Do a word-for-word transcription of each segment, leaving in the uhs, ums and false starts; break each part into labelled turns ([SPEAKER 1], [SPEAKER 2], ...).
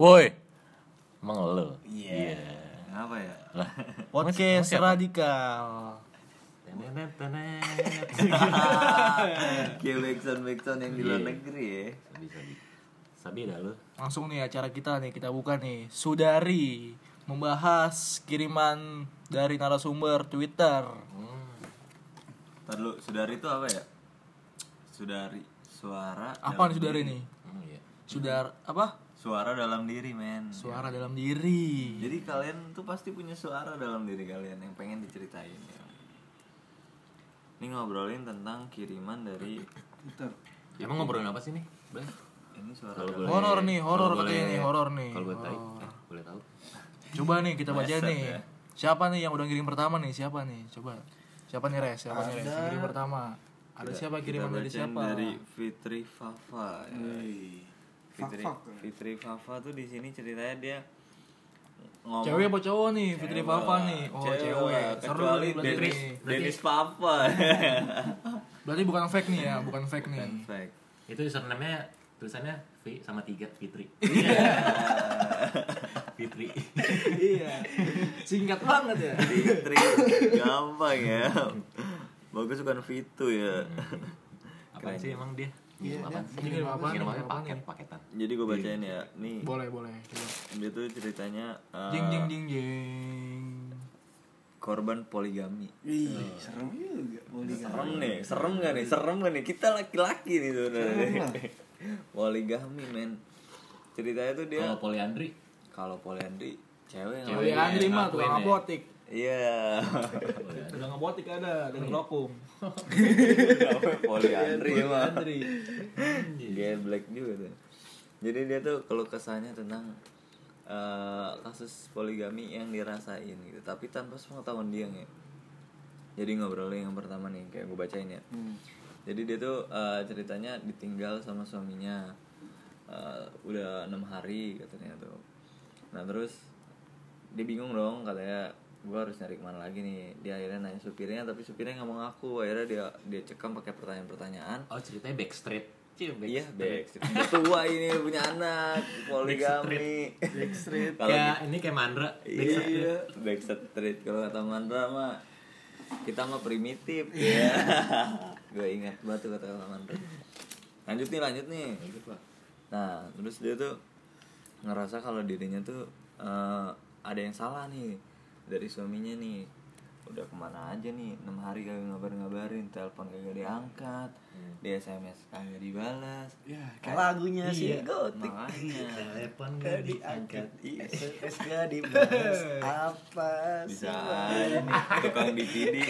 [SPEAKER 1] Woi. Emang lo?
[SPEAKER 2] Iya. Yeah. Apa ya?
[SPEAKER 3] Podcast radikal.
[SPEAKER 1] Tenet tenet.
[SPEAKER 2] Kayak backsound backsound yang di luar negeri ya.
[SPEAKER 1] Sabi sabi. Sabi dah lo.
[SPEAKER 3] Langsung nih acara kita nih kita buka nih. Sudari membahas kiriman dari narasumber Twitter.
[SPEAKER 1] Hmm.
[SPEAKER 2] Ntar lu, Sudari itu apa ya? Sudari, suara.
[SPEAKER 3] Apa nih Sudari nih?
[SPEAKER 1] Hmm, iya.
[SPEAKER 3] Sudar apa?
[SPEAKER 2] Suara dalam diri, men.
[SPEAKER 3] Suara dalam diri.
[SPEAKER 2] Jadi kalian tuh pasti punya suara dalam diri kalian yang pengen diceritain ya. Ini ngobrolin tentang kiriman dari Twitter.
[SPEAKER 1] Emang ngobrolin apa sih nih? Bang?
[SPEAKER 2] Ini suara
[SPEAKER 1] Kalau
[SPEAKER 2] dalam
[SPEAKER 1] boleh-
[SPEAKER 3] Horor nih, horor
[SPEAKER 1] kalau
[SPEAKER 3] katanya
[SPEAKER 1] boleh-
[SPEAKER 3] nih, horor nih.
[SPEAKER 1] Kalau boleh tahu,
[SPEAKER 3] Horor.
[SPEAKER 1] eh, boleh tahu.
[SPEAKER 3] Coba nih kita baca
[SPEAKER 2] Meleset
[SPEAKER 3] nih.
[SPEAKER 2] ya.
[SPEAKER 3] Siapa nih yang udah kirim pertama nih? Siapa nih? Coba. Siapa nih Res? Siapa nih Res?
[SPEAKER 2] Ada.
[SPEAKER 3] Yang kirim pertama. Ada
[SPEAKER 2] Kita-
[SPEAKER 3] siapa kiriman
[SPEAKER 2] kita
[SPEAKER 3] dari
[SPEAKER 2] bacain
[SPEAKER 3] siapa?
[SPEAKER 2] Dari Fitri Fafa. Ya. Fitri,
[SPEAKER 4] Fak-fak.
[SPEAKER 2] Fitri Fafa tuh di sini ceritanya dia ngomong.
[SPEAKER 3] Cewek apa cowok nih? Fitri
[SPEAKER 2] Cewek.
[SPEAKER 3] Fafa nih. Oh, cewek.
[SPEAKER 2] lah.
[SPEAKER 3] Seru
[SPEAKER 2] Kecuali
[SPEAKER 3] nih berarti
[SPEAKER 2] Dennis,
[SPEAKER 3] nih.
[SPEAKER 2] Dennis Fafa.
[SPEAKER 3] Berarti bukan fake nih ya, bukan fake nih.
[SPEAKER 2] Bukan fake.
[SPEAKER 1] Itu username-nya tulisannya V sama tiga Fitri. Fitri.
[SPEAKER 3] Iya. Singkat banget ya.
[SPEAKER 2] Fitri gampang ya. Bagus bukan Fitu ya.
[SPEAKER 1] Apaan sih emang dia?
[SPEAKER 4] Iya,
[SPEAKER 1] Ngirim apaan
[SPEAKER 4] dia
[SPEAKER 1] sih?
[SPEAKER 3] ngirim apaan?
[SPEAKER 1] Ngirim apa?
[SPEAKER 3] Ngirim apaan
[SPEAKER 1] Paket,
[SPEAKER 3] nih?
[SPEAKER 1] paketan.
[SPEAKER 2] Jadi gue bacain ya. Nih
[SPEAKER 3] Boleh, boleh. Coba.
[SPEAKER 2] dia tuh ceritanya uh,
[SPEAKER 3] Jing jing jing jing.
[SPEAKER 2] korban poligami.
[SPEAKER 4] Ih, serem juga.
[SPEAKER 2] Serem nih, serem gak nih? Serem gak nih? Kita laki-laki nih sebenarnya. Poligami men. Ceritanya tuh dia
[SPEAKER 1] Kalau poliandri,
[SPEAKER 2] kalau poliandri cewek yang
[SPEAKER 1] Cewek
[SPEAKER 3] Cewek
[SPEAKER 2] lain.
[SPEAKER 3] Andri mah
[SPEAKER 1] ngakuin
[SPEAKER 3] tukang
[SPEAKER 1] ya.
[SPEAKER 3] apotik.
[SPEAKER 2] Iya.
[SPEAKER 3] Tukang apotik ada dengan rokung.
[SPEAKER 2] Poliandri mah.
[SPEAKER 3] Andri.
[SPEAKER 2] Dia black juga tuh. Jadi dia tuh kalau kesannya tentang uh, kasus poligami yang dirasain gitu, tapi tanpa sepengetahuan dia ya. Jadi ngobrolin yang pertama nih, kayak gue bacain ya.
[SPEAKER 4] Hmm.
[SPEAKER 2] Jadi dia tuh uh, ceritanya ditinggal sama suaminya uh, udah enam hari katanya tuh. Nah terus dia bingung dong, katanya gue harus nyari kemana lagi nih. Dia akhirnya nanya supirnya, tapi supirnya nggak mau ngaku. Akhirnya dia dia cekam pakai pertanyaan-pertanyaan.
[SPEAKER 1] oh ceritanya backstreet. Cie,
[SPEAKER 2] Iya, Backstreet. Udah tua ini punya anak, poligami.
[SPEAKER 4] Backstreet.
[SPEAKER 2] Kalau
[SPEAKER 1] Kayak
[SPEAKER 2] gitu-
[SPEAKER 1] ini kayak Mandra.
[SPEAKER 2] iya, Backstreet. Kalau kata Mandra mah kita mah primitif ya. Gue ingat banget tuh kata Mandra. Lanjut nih, lanjut nih. Nah, terus dia tuh ngerasa kalau dirinya tuh uh, ada yang salah nih dari suaminya nih. Udah kemana aja nih, enam hari kagak ngabar-ngabarin, telepon kagak diangkat,
[SPEAKER 1] Hmm.
[SPEAKER 2] di S M S kagak dibalas.
[SPEAKER 4] Ya, kayak lagunya sih
[SPEAKER 1] Iya.
[SPEAKER 4] gotik.
[SPEAKER 2] Makanya
[SPEAKER 1] Telepon
[SPEAKER 4] Gak
[SPEAKER 1] gak
[SPEAKER 4] diangkat,
[SPEAKER 1] diangkat.
[SPEAKER 4] S M S gak dibalas. Apa
[SPEAKER 2] bisa
[SPEAKER 4] sih?
[SPEAKER 2] aja nih tukang D V D.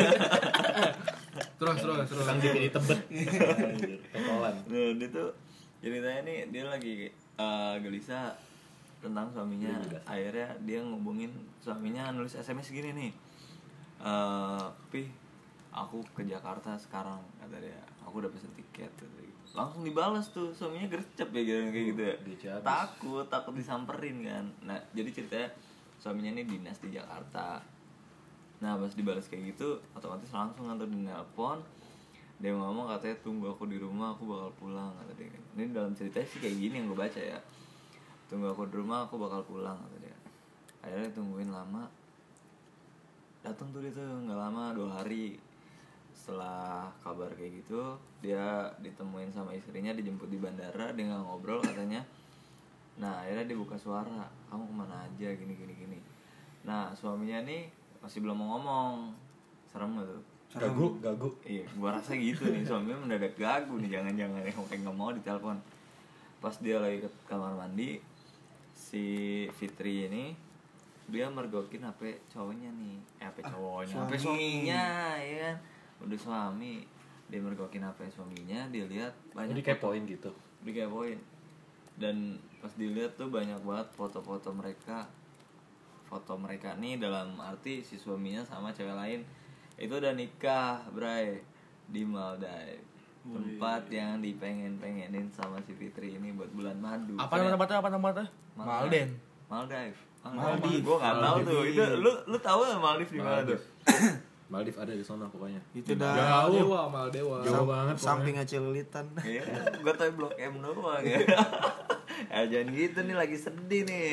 [SPEAKER 3] Terus terus terus.
[SPEAKER 1] Tukang D V D tebet. Anjir, Kekolan.
[SPEAKER 2] Nah, dia tuh ceritanya nih dia lagi uh, gelisah tentang suaminya. Akhirnya dia ngubungin suaminya, nulis S M S gini nih. Eh, Pi, aku ke Jakarta sekarang, kata dia. Aku udah pesen tiket kata dia. Langsung dibalas tuh, suaminya gercep ya gitu kayak gitu ya.
[SPEAKER 1] Dia habis.
[SPEAKER 2] Takut, takut disamperin kan. Nah, jadi ceritanya suaminya nih dinas di Jakarta. Nah, pas dibalas kayak gitu, otomatis langsung ngantor di nelpon. Dia ngomong katanya tunggu aku di rumah, aku bakal pulang kata dia. Ini dalam ceritanya sih kayak gini yang gue baca ya. Tunggu aku di rumah, aku bakal pulang kata dia. Akhirnya tungguin lama. Datang tuh dia tuh nggak lama, dua hari setelah kabar kayak gitu, dia ditemuin sama istrinya, dijemput di bandara, dia nggak ngobrol katanya. Nah akhirnya dia buka suara, kamu kemana aja gini gini gini. Nah suaminya nih masih belum mau ngomong, serem gak tuh?
[SPEAKER 1] Gagu, gagu.
[SPEAKER 2] Iya, gua rasa gitu nih, suaminya mendadak gagu nih, jangan-jangan yang kayak nggak mau ditelepon. Pas dia lagi ke kamar mandi, si Fitri ini dia mergokin H P cowoknya nih, eh, H P cowoknya, H P
[SPEAKER 4] suami.
[SPEAKER 2] suaminya, ya kan, udah suami, dia mergokin H P suaminya, dia lihat banyak
[SPEAKER 1] Jadi kayak poin gitu.
[SPEAKER 2] dikepoin, dan pas dilihat tuh banyak banget foto-foto mereka, foto mereka nih dalam arti si suaminya sama cewek lain itu udah nikah, bray, di Maldives, tempat yang dipengen-pengenin sama si Fitri ini buat bulan madu.
[SPEAKER 3] Apa nama tempatnya? Apa nama tempatnya? Malden.
[SPEAKER 2] Maldives.
[SPEAKER 4] Maldives.
[SPEAKER 2] Gue nggak tahu tuh. Itu lu lu tahu nggak Maldives di mana tuh?
[SPEAKER 1] Maldives ada di sana pokoknya.
[SPEAKER 4] Itu dah
[SPEAKER 3] Maldewa, Maldewa.
[SPEAKER 1] Jauh banget pokoknya.
[SPEAKER 4] samping Acilitan.
[SPEAKER 2] Iya, gue tahu Blok M doang ya. Eh jangan gitu nih, lagi sedih nih.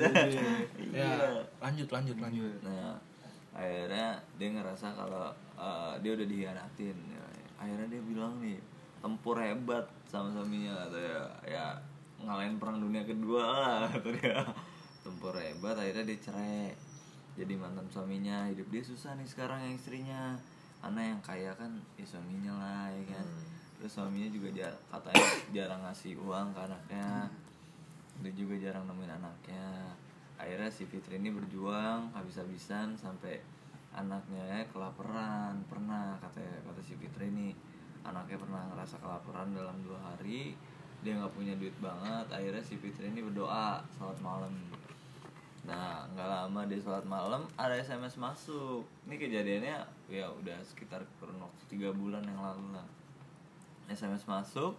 [SPEAKER 3] Ya,
[SPEAKER 2] Iya.
[SPEAKER 3] lanjut lanjut lanjut.
[SPEAKER 2] Nah, akhirnya dia ngerasa kalau uh, dia udah dihianatin. Ya, akhirnya dia bilang nih, tempur hebat sama suaminya katanya. Ya ngalahin perang dunia kedua lah kata dia. Tempur hebat, akhirnya dia cerai. Jadi mantan suaminya, hidup dia susah nih sekarang yang istrinya. Karena yang kaya kan ya suaminya lah ya kan. Terus suaminya juga jar, katanya jarang ngasih uang ke anaknya. Dia juga jarang nemuin anaknya. Akhirnya si Fitri ini berjuang habis-habisan sampai anaknya kelaparan. Pernah kata kata si Fitri ini, anaknya pernah ngerasa kelaparan dalam dua hari. Dia nggak punya duit banget. Akhirnya si Fitri ini berdoa salat malam. Nah nggak lama dia sholat malam ada S M S masuk. Ini kejadiannya ya udah sekitar kurun waktu tiga bulan yang lalu lah. S M S masuk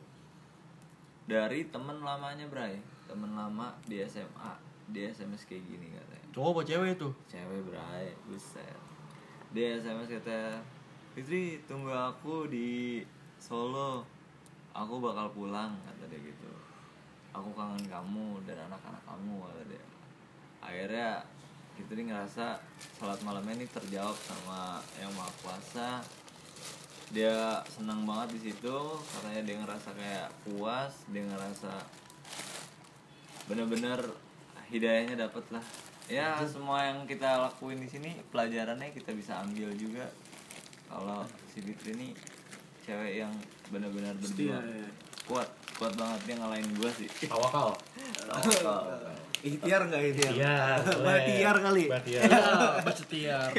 [SPEAKER 2] dari temen lamanya Bray, temen lama di S M A. Dia S M S kayak gini katanya.
[SPEAKER 3] Cowok apa cewek tuh?
[SPEAKER 2] Cewek Bray, buset. Dia S M S kata, Fitri tunggu aku di Solo, aku bakal pulang kata dia gitu. Aku kangen kamu dan anak-anak kamu kata dia. Akhirnya Fitri ngerasa sholat malamnya ini terjawab sama Yang Maha Kuasa. Dia senang banget di situ, katanya dia ngerasa kayak puas, dia ngerasa bener-bener hidayahnya dapet lah. Ya semua yang kita lakuin di sini pelajarannya kita bisa ambil juga. Kalau si Fitri ini cewek yang bener-bener berjuang, kuat, kuat banget, dia ngalahin gua sih.
[SPEAKER 1] Tawakal.
[SPEAKER 2] Tawakal.
[SPEAKER 4] Ikhtiar nggak ikhtiar?
[SPEAKER 1] Iya.
[SPEAKER 4] Bahtiar kali.
[SPEAKER 1] Bahtiar.
[SPEAKER 3] Ya, Bacetiar.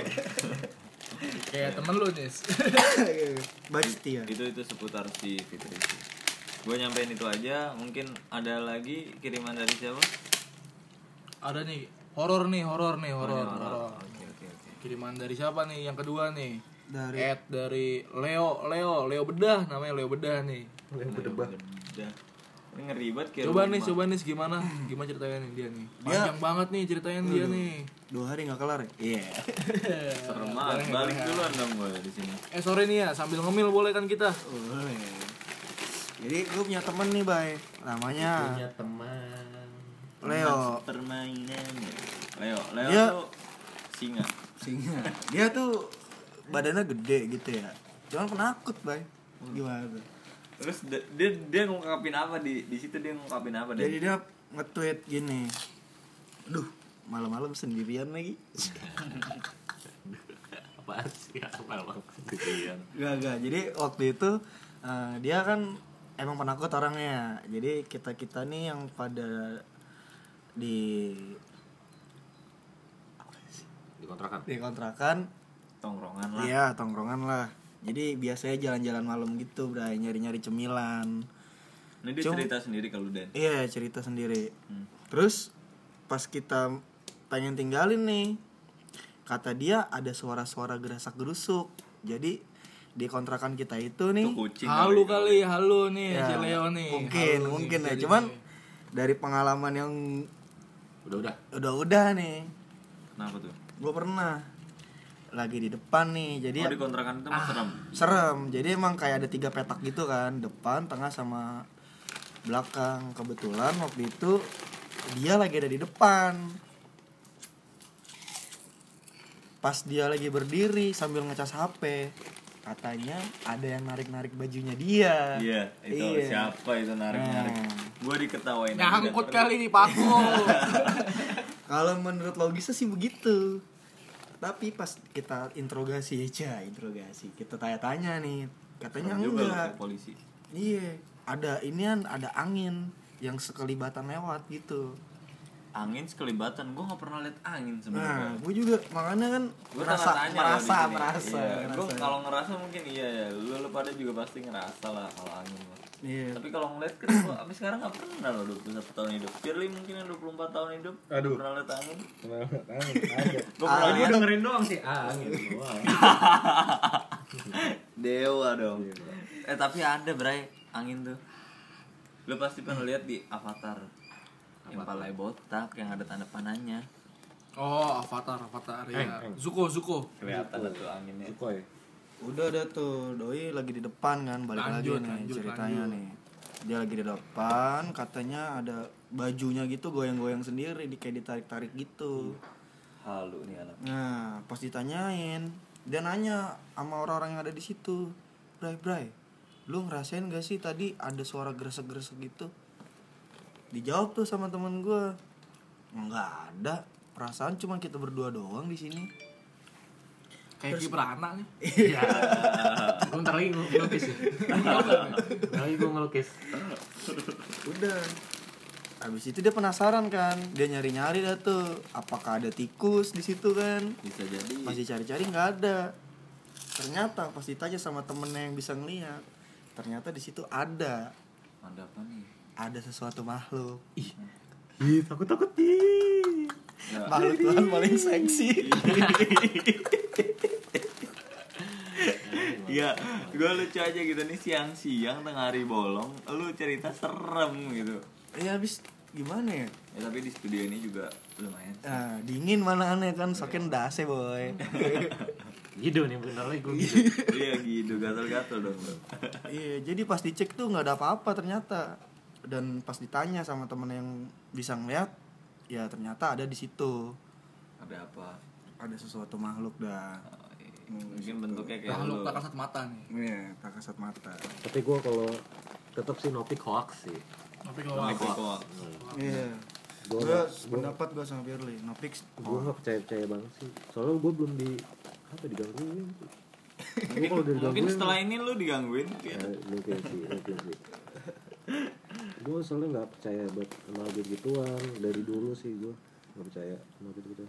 [SPEAKER 3] Kayak temen lu nih.
[SPEAKER 4] Bahtiar.
[SPEAKER 2] itu itu seputar si Fitri sih. Gue nyampein itu aja. Mungkin ada lagi kiriman dari siapa?
[SPEAKER 3] Ada nih, horor nih, horor nih, horor.
[SPEAKER 2] Oh, ini horor.
[SPEAKER 3] horor.
[SPEAKER 2] Oke oke oke.
[SPEAKER 3] Kiriman dari siapa nih? Yang kedua nih.
[SPEAKER 4] Dari
[SPEAKER 3] Ed dari Leo, Leo, Leo Bedah, namanya Leo Bedah nih.
[SPEAKER 2] Berdebah. Ini ngeri banget kayak
[SPEAKER 3] Coba
[SPEAKER 2] rumah.
[SPEAKER 3] nih, coba nih gimana? Gimana ceritanya nih dia nih?
[SPEAKER 4] Dia-
[SPEAKER 3] Panjang banget nih ceritanya dia nih.
[SPEAKER 4] dua hari nggak kelar ya? Iya.
[SPEAKER 2] Serem banget. Balik duluan dong gue di sini.
[SPEAKER 3] Eh sore nih ya, sambil ngemil boleh kan kita?
[SPEAKER 4] Boleh. Jadi gue punya temen nih, Bay. Namanya
[SPEAKER 1] Punya teman.
[SPEAKER 4] Leo.
[SPEAKER 2] Permainan. Leo, Leo
[SPEAKER 4] Dia-
[SPEAKER 2] tuh singa.
[SPEAKER 4] Singa. Dia tuh badannya gede gitu ya. Cuman penakut, Bay. Gimana tuh?
[SPEAKER 2] Terus dia dia, dia ngungkapin apa di di situ dia ngungkapin apa
[SPEAKER 4] Jadi
[SPEAKER 2] deh?
[SPEAKER 4] dia nge-tweet gini. Aduh, malam-malam sendirian lagi.
[SPEAKER 1] Apaan sih? Apa bang? Sendirian.
[SPEAKER 4] Gak, gak. Jadi waktu itu eh, dia kan emang penakut orangnya. Jadi kita-kita nih yang pada di
[SPEAKER 1] Dikontrakan.
[SPEAKER 4] di kontrakan,
[SPEAKER 2] Tongkrongan lah.
[SPEAKER 4] iya tongkrongan lah. Jadi biasanya jalan-jalan malam gitu, Bray, nyari-nyari cemilan.
[SPEAKER 2] Ini dia
[SPEAKER 4] Cuma-
[SPEAKER 2] cerita sendiri kalau Dan.
[SPEAKER 4] Iya, cerita sendiri.
[SPEAKER 2] Hmm.
[SPEAKER 4] Terus pas kita pengen tinggalin nih, kata dia ada suara-suara gerasak-gerusuk. Jadi di kontrakan kita itu nih,
[SPEAKER 2] Itu kucing.
[SPEAKER 3] Halu kali, halu nih
[SPEAKER 4] ya,
[SPEAKER 3] si Leo nih.
[SPEAKER 4] mungkin,
[SPEAKER 3] Halu nih,
[SPEAKER 4] mungkin ya.
[SPEAKER 3] jadi
[SPEAKER 4] Cuman
[SPEAKER 3] nih.
[SPEAKER 4] dari pengalaman yang
[SPEAKER 1] Udah-udah.
[SPEAKER 4] udah-udah nih,
[SPEAKER 2] Kenapa tuh?
[SPEAKER 4] gue pernah lagi di depan nih, jadi
[SPEAKER 2] Oh di kontrakan itu mah serem.
[SPEAKER 4] serem. Jadi emang kayak ada tiga petak gitu kan, depan, tengah, sama belakang. Kebetulan waktu itu dia lagi ada di depan. Pas dia lagi berdiri sambil ngecas H P, katanya ada yang narik-narik bajunya dia.
[SPEAKER 2] Iya, itu
[SPEAKER 4] Iya.
[SPEAKER 2] siapa itu narik-narik?
[SPEAKER 4] Nah.
[SPEAKER 2] Gua diketawain. aja
[SPEAKER 3] Nyangkut
[SPEAKER 2] dan-
[SPEAKER 3] kali nih Paku.
[SPEAKER 4] Kalau menurut logisnya sih begitu. Tapi pas kita interogasi aja, interogasi, kita tanya-tanya nih, katanya
[SPEAKER 2] Serem juga loh
[SPEAKER 4] enggak.
[SPEAKER 2] ke polisi.
[SPEAKER 4] Iya, ada inian, ada angin yang sekelibatan lewat gitu.
[SPEAKER 2] Angin sekelibatan, gua nggak pernah lihat angin
[SPEAKER 4] Nah,
[SPEAKER 2] sebenarnya.
[SPEAKER 4] gue juga makanya kan
[SPEAKER 2] Gue
[SPEAKER 4] merasa, merasa, merasa,
[SPEAKER 2] Gue
[SPEAKER 4] merasa.
[SPEAKER 2] kalau ngerasa mungkin iya ya. Lu, lu pada juga pasti ngerasa lah kalau angin mah.
[SPEAKER 4] Iya.
[SPEAKER 2] Tapi kalau ngeliat kan gua sampai sekarang nggak pernah loh dua puluh satu tahun hidup. Firly mungkin yang dua puluh empat tahun hidup.
[SPEAKER 1] Aduh.
[SPEAKER 2] Pernah lihat angin.
[SPEAKER 1] Ada.
[SPEAKER 2] Gue pernah
[SPEAKER 4] Ah.
[SPEAKER 1] Ini
[SPEAKER 2] lihat
[SPEAKER 1] dengerin doang sih. Ah, gitu doang.
[SPEAKER 2] dewa dong. Eh tapi ada Bray angin tuh. Lu pasti pernah lihat di Avatar. Yang palanya botak yang ada tanda panahnya.
[SPEAKER 3] Oh, Avatar, Avatar ya.
[SPEAKER 1] Eng, eng.
[SPEAKER 3] Zuko, Zuko.
[SPEAKER 2] Kelihatan tuh anginnya.
[SPEAKER 1] Sukoy.
[SPEAKER 4] Udah ada tuh, doi lagi di depan kan, balik
[SPEAKER 3] Lanjut,
[SPEAKER 4] lagi nih
[SPEAKER 3] lanjut,
[SPEAKER 4] ceritanya
[SPEAKER 3] lanjut.
[SPEAKER 4] nih. Dia lagi di depan, katanya ada bajunya gitu goyang-goyang sendiri, di kayak ditarik-tarik gitu.
[SPEAKER 2] Halu nih anak.
[SPEAKER 4] Nah, pas ditanyain, dia nanya sama orang-orang yang ada di situ, "Bray, Bray, lu ngerasain gak sih tadi ada suara gresek-gresek gitu?" Dijawab tuh sama temen gue, "Nggak ada, perasaan cuma kita berdua doang di sini."
[SPEAKER 3] Kayak Kiprana nih.
[SPEAKER 1] Iya. Gue ntar lagi ngelukis ya. Ntar lagi gue ngelukis.
[SPEAKER 4] Udah. Habis itu dia penasaran kan, dia nyari-nyari dah tuh, apakah ada tikus di situ kan?
[SPEAKER 2] Bisa jadi.
[SPEAKER 4] Masih cari-cari nggak ada. Ternyata pas ditanya sama temennya yang bisa ngeliat, ternyata di situ ada,
[SPEAKER 2] Ada apa nih?
[SPEAKER 4] ada sesuatu makhluk.
[SPEAKER 1] Ih, ih takut takut ih.
[SPEAKER 2] Ya.
[SPEAKER 4] Makhluk Tuhan paling seksi.
[SPEAKER 2] Iya, gue lucu aja gitu nih siang-siang tengah hari bolong, lu cerita serem gitu.
[SPEAKER 4] Ya habis gimana ya?
[SPEAKER 2] Ya tapi di studio ini juga lumayan.
[SPEAKER 4] Nah, dingin mana aneh kan, sokin dase boy.
[SPEAKER 1] Gitu nih bener lagi gue gitu.
[SPEAKER 2] Iya gitu, gatel-gatel dong bro.
[SPEAKER 4] Iya, jadi pas dicek tuh nggak ada apa-apa ternyata. Dan pas ditanya sama temen yang bisa ngeliat, ya ternyata ada di situ.
[SPEAKER 2] Ada apa?
[SPEAKER 4] Ada sesuatu makhluk dah.
[SPEAKER 2] Oh, iya. Mungkin bentuknya kayak
[SPEAKER 3] Makhluk
[SPEAKER 2] lu.
[SPEAKER 3] tak kasat mata nih.
[SPEAKER 4] Iya, tak kasat mata.
[SPEAKER 1] Tapi gue kalau tetap sih Nopik hoax sih.
[SPEAKER 3] Tapi
[SPEAKER 2] Oh,
[SPEAKER 3] kalau
[SPEAKER 2] Nopik
[SPEAKER 3] apa?
[SPEAKER 2] hoax.
[SPEAKER 4] Iya.
[SPEAKER 1] Gua
[SPEAKER 4] Gue
[SPEAKER 1] nggak-
[SPEAKER 4] pendapat gue sama Firly, no fix.
[SPEAKER 5] Gue gak percaya-percaya banget sih. Soalnya gue belum di apa digangguin. Gua kalau udah
[SPEAKER 2] Mungkin
[SPEAKER 5] digangguin,
[SPEAKER 2] setelah ini lu digangguin
[SPEAKER 5] ya,
[SPEAKER 2] gitu.
[SPEAKER 5] mungkin sih, mungkin sih. Gue soalnya nggak percaya buat sama gituan dari dulu sih gue nggak percaya sama gitu gitu.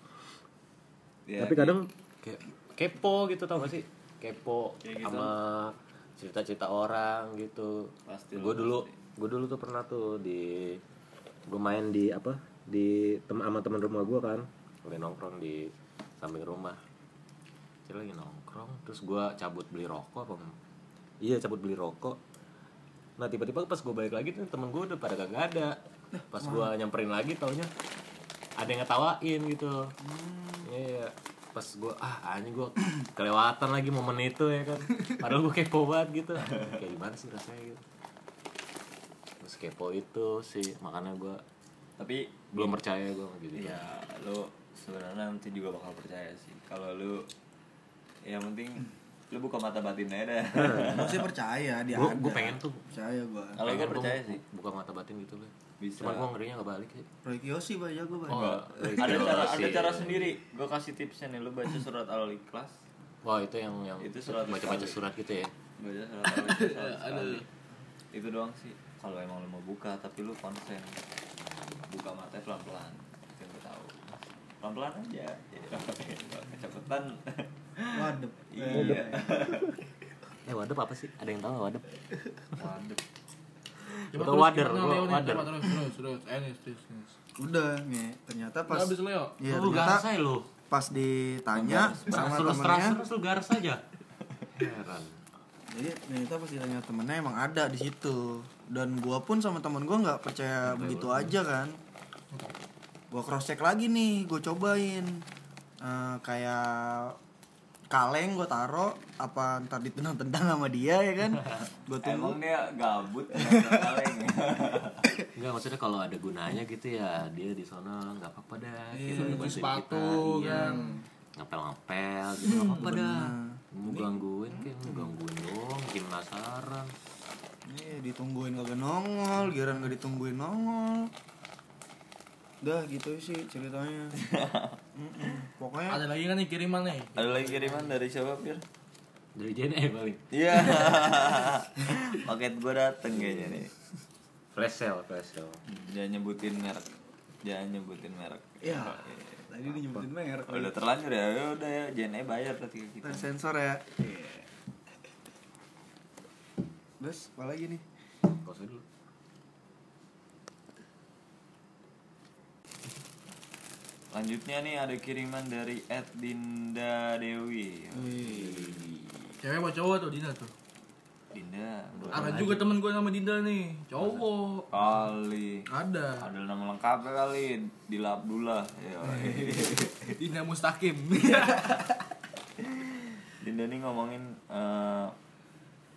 [SPEAKER 2] Ya,
[SPEAKER 5] Tapi kadang
[SPEAKER 1] Kayak kepo gitu tau gak sih? Kepo
[SPEAKER 2] Kayak gitu.
[SPEAKER 1] sama cerita-cerita orang gitu.
[SPEAKER 2] Pasti
[SPEAKER 1] Gue
[SPEAKER 2] lo,
[SPEAKER 1] dulu
[SPEAKER 2] pasti.
[SPEAKER 1] gue dulu tuh pernah tuh di gue main di apa di tem sama teman rumah gue kan, lagi nongkrong di samping rumah. Jadi lagi nongkrong, terus gue cabut beli rokok apa? Iya cabut beli rokok. Nah tiba-tiba pas gue balik lagi tuh temen gue udah pada kagak ada. Pas gue nyamperin lagi taunya ada yang ngetawain gitu. Iya. Pas gue ah anjing gue kelewatan lagi momen itu ya kan. Padahal gue kepo banget gitu. Kayak gimana sih rasanya gitu. Terus kepo itu sih makanya gue
[SPEAKER 2] Tapi
[SPEAKER 1] belum percaya gue gitu.
[SPEAKER 2] ya lu sebenarnya nanti juga bakal percaya sih. Kalau lu yang penting lu buka mata batin aja dah.
[SPEAKER 4] Gue sih percaya dia
[SPEAKER 1] Gue
[SPEAKER 4] ada.
[SPEAKER 1] gue pengen tuh.
[SPEAKER 4] Percaya gue.
[SPEAKER 2] Kalau
[SPEAKER 1] pengen
[SPEAKER 2] gue
[SPEAKER 1] gua
[SPEAKER 2] percaya
[SPEAKER 1] bu-
[SPEAKER 2] sih.
[SPEAKER 1] buka mata batin gitu loh.
[SPEAKER 2] Bisa.
[SPEAKER 1] Cuman gue ngerinya gak balik sih.
[SPEAKER 4] Roy Kiyoshi bah jago bah.
[SPEAKER 1] Oh,
[SPEAKER 2] Enggak.
[SPEAKER 1] Baik,
[SPEAKER 2] Ada
[SPEAKER 1] terima
[SPEAKER 2] cara
[SPEAKER 1] kasih.
[SPEAKER 2] ada cara sendiri. Gue kasih tipsnya nih, lu baca surat Al-Ikhlas.
[SPEAKER 1] Wah itu yang yang
[SPEAKER 2] Itu surat
[SPEAKER 1] baca-baca
[SPEAKER 2] sekali.
[SPEAKER 1] surat gitu ya.
[SPEAKER 2] Baca surat Al-Ikhlas sekali. Itu doang sih. Kalau emang lu mau buka tapi lu konsen. Buka matanya pelan-pelan. Itu yang gue tahu. Pelan-pelan aja. Kecepatan.
[SPEAKER 4] Waduh.
[SPEAKER 2] Iya.
[SPEAKER 1] Eh wadep apa sih? Ada yang tahu gak wadep?
[SPEAKER 2] Waduh.
[SPEAKER 3] Coba
[SPEAKER 1] Atau
[SPEAKER 3] terus
[SPEAKER 1] wader,
[SPEAKER 3] gimana,
[SPEAKER 1] gua
[SPEAKER 3] Leo nih?
[SPEAKER 1] wader.
[SPEAKER 3] Coba terus terus terus. Eh nih terus terus.
[SPEAKER 4] Udah nih, ternyata pas
[SPEAKER 3] Udah habis Leo.
[SPEAKER 4] Iya,
[SPEAKER 1] lu
[SPEAKER 4] ternyata
[SPEAKER 1] garsai lu.
[SPEAKER 4] pas ditanya sama
[SPEAKER 1] Terus
[SPEAKER 4] temennya,
[SPEAKER 1] terus lu garas aja. Heran.
[SPEAKER 4] jadi ternyata pas ditanya temennya emang ada di situ. Dan gua pun sama temen gua nggak percaya begitu aja kan. Gua cross check lagi nih, gua cobain Eh, kayak kaleng gua taro apa ntar ditendang-tendang sama dia ya kan. Gua tunggu.
[SPEAKER 2] Emang dia gabut nggak kaleng.
[SPEAKER 1] Enggak maksudnya kalau ada gunanya gitu ya dia di sana nggak apa-apa dah.
[SPEAKER 3] Iya,
[SPEAKER 1] Kita
[SPEAKER 3] cuci
[SPEAKER 1] bantuin
[SPEAKER 3] sepatu,
[SPEAKER 1] kita, iya.
[SPEAKER 3] kan.
[SPEAKER 1] Ngapel-ngapel gitu nggak apa-apa dah. Mau gangguin kayak mau gangguin dong, bikin penasaran.
[SPEAKER 4] Iya, ditungguin kagak nongol, giliran gak ditungguin nongol. Udah gitu sih ceritanya. Mm-mm. Pokoknya
[SPEAKER 3] Ada lagi kan nih kiriman nih.
[SPEAKER 2] Ada lagi kiriman dari siapa, Pir?
[SPEAKER 1] Dari J N E paling.
[SPEAKER 2] Iya. Paket gue dateng kayaknya nih.
[SPEAKER 1] Flash sale, flash sale.
[SPEAKER 2] Jangan nyebutin merek. Jangan nyebutin merek.
[SPEAKER 4] ya tadi dinyebutin merek.
[SPEAKER 2] Udah terlanjur ya. Ya udah ya, J N E bayar berarti ke kita.
[SPEAKER 4] Kita sensor ya. Terus apa lagi nih?
[SPEAKER 1] Gak usah dulu.
[SPEAKER 2] Lanjutnya nih ada kiriman dari Ed Dinda Dewi.
[SPEAKER 3] Cewek apa cowok tuh Dinda tuh?
[SPEAKER 2] Dinda.
[SPEAKER 3] Ada juga temen gue nama Dinda nih. Cowok.
[SPEAKER 2] Kali.
[SPEAKER 3] Ada.
[SPEAKER 2] Ada nama lengkapnya kali. Dila Abdullah. Ya.
[SPEAKER 3] Dinda Mustaqim.
[SPEAKER 2] Dinda nih ngomongin eh,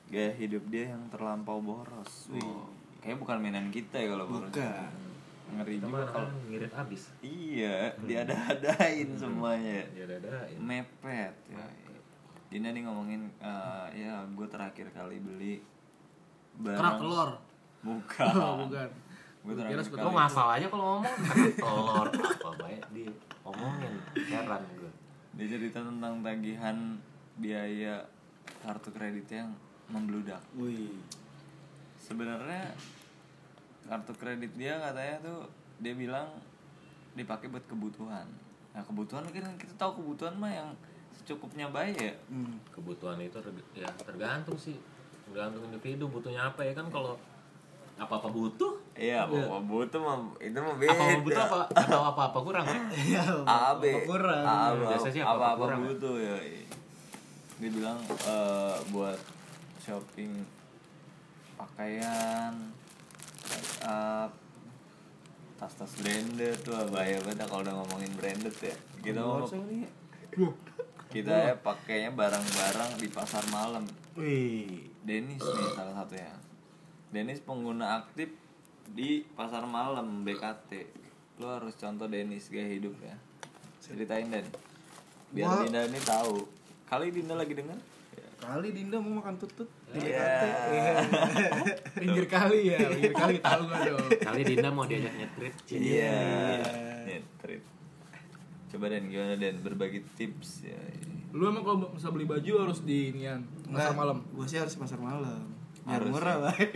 [SPEAKER 2] gaya hidup dia yang terlampau boros. Wih, kayaknya bukan mainan kita ya kalau boros.
[SPEAKER 4] Bukan.
[SPEAKER 2] Ngeri
[SPEAKER 1] Kita
[SPEAKER 2] juga
[SPEAKER 1] mah
[SPEAKER 2] kalau
[SPEAKER 1] kan ngirit abis.
[SPEAKER 2] iya, diada-adain semuanya.
[SPEAKER 1] Ya dadain.
[SPEAKER 2] Mepet ya. Dina nih ngomongin eh, ya gue terakhir kali beli barang
[SPEAKER 3] Kerak telur.
[SPEAKER 2] bukan.
[SPEAKER 3] Oh, bukan.
[SPEAKER 2] Gue
[SPEAKER 3] Gua
[SPEAKER 2] terakhir
[SPEAKER 3] kira sebut-
[SPEAKER 1] Lo
[SPEAKER 2] kali
[SPEAKER 1] ngasal aja kalau ngomong kerak telur apa baik di omongin. Heran gue.
[SPEAKER 2] dia cerita tentang tagihan biaya kartu kredit yang membludak.
[SPEAKER 4] Wih.
[SPEAKER 2] Sebenarnya kartu kredit dia katanya tuh dia bilang dipakai buat kebutuhan. Nah kebutuhan kan kita tahu kebutuhan mah yang secukupnya baik ya.
[SPEAKER 4] Hmm.
[SPEAKER 1] Kebutuhan itu ter- ya tergantung sih. Tergantung individu butuhnya apa ya kan kalau apa-apa butuh.
[SPEAKER 2] Iya, apa butuh mah itu mah beda.
[SPEAKER 1] Apa-apa butuh apa atau apa-apa kurang ya?
[SPEAKER 2] A B
[SPEAKER 4] Apa kurang.
[SPEAKER 2] A B
[SPEAKER 1] Biasanya sih apa-apa
[SPEAKER 2] apa-apa
[SPEAKER 1] kurang.
[SPEAKER 2] butuh ya. Dia bilang eh, buat shopping pakaian, make up, tas-tas branded tuh bahaya banget kalau udah ngomongin branded ya. Kita mau kita ya pakainya barang-barang di pasar malam.
[SPEAKER 4] Wih.
[SPEAKER 2] Dennis nih salah satunya. Dennis pengguna aktif di pasar malam B K T. Lo harus contoh Dennis gaya hidup ya. Ceritain Dan. Biar
[SPEAKER 4] Gua-
[SPEAKER 2] Dinda ini tahu. Kali Dinda lagi dengar?
[SPEAKER 4] Kali Dinda mau makan tutut di B K T.
[SPEAKER 2] Iya.
[SPEAKER 3] Pinggir kali ya, pinggir kali tahu gak dong.
[SPEAKER 1] Kali Dinda mau diajak nyetrit.
[SPEAKER 2] Iya. Nyetrit. Coba Dan gimana Dan berbagi tips ya.
[SPEAKER 3] Lu emang kalau bisa beli baju harus di inian pasar malam.
[SPEAKER 4] Gue sih harus pasar malam. Biar
[SPEAKER 2] Harus
[SPEAKER 4] murah,
[SPEAKER 2] ya.
[SPEAKER 4] Bay.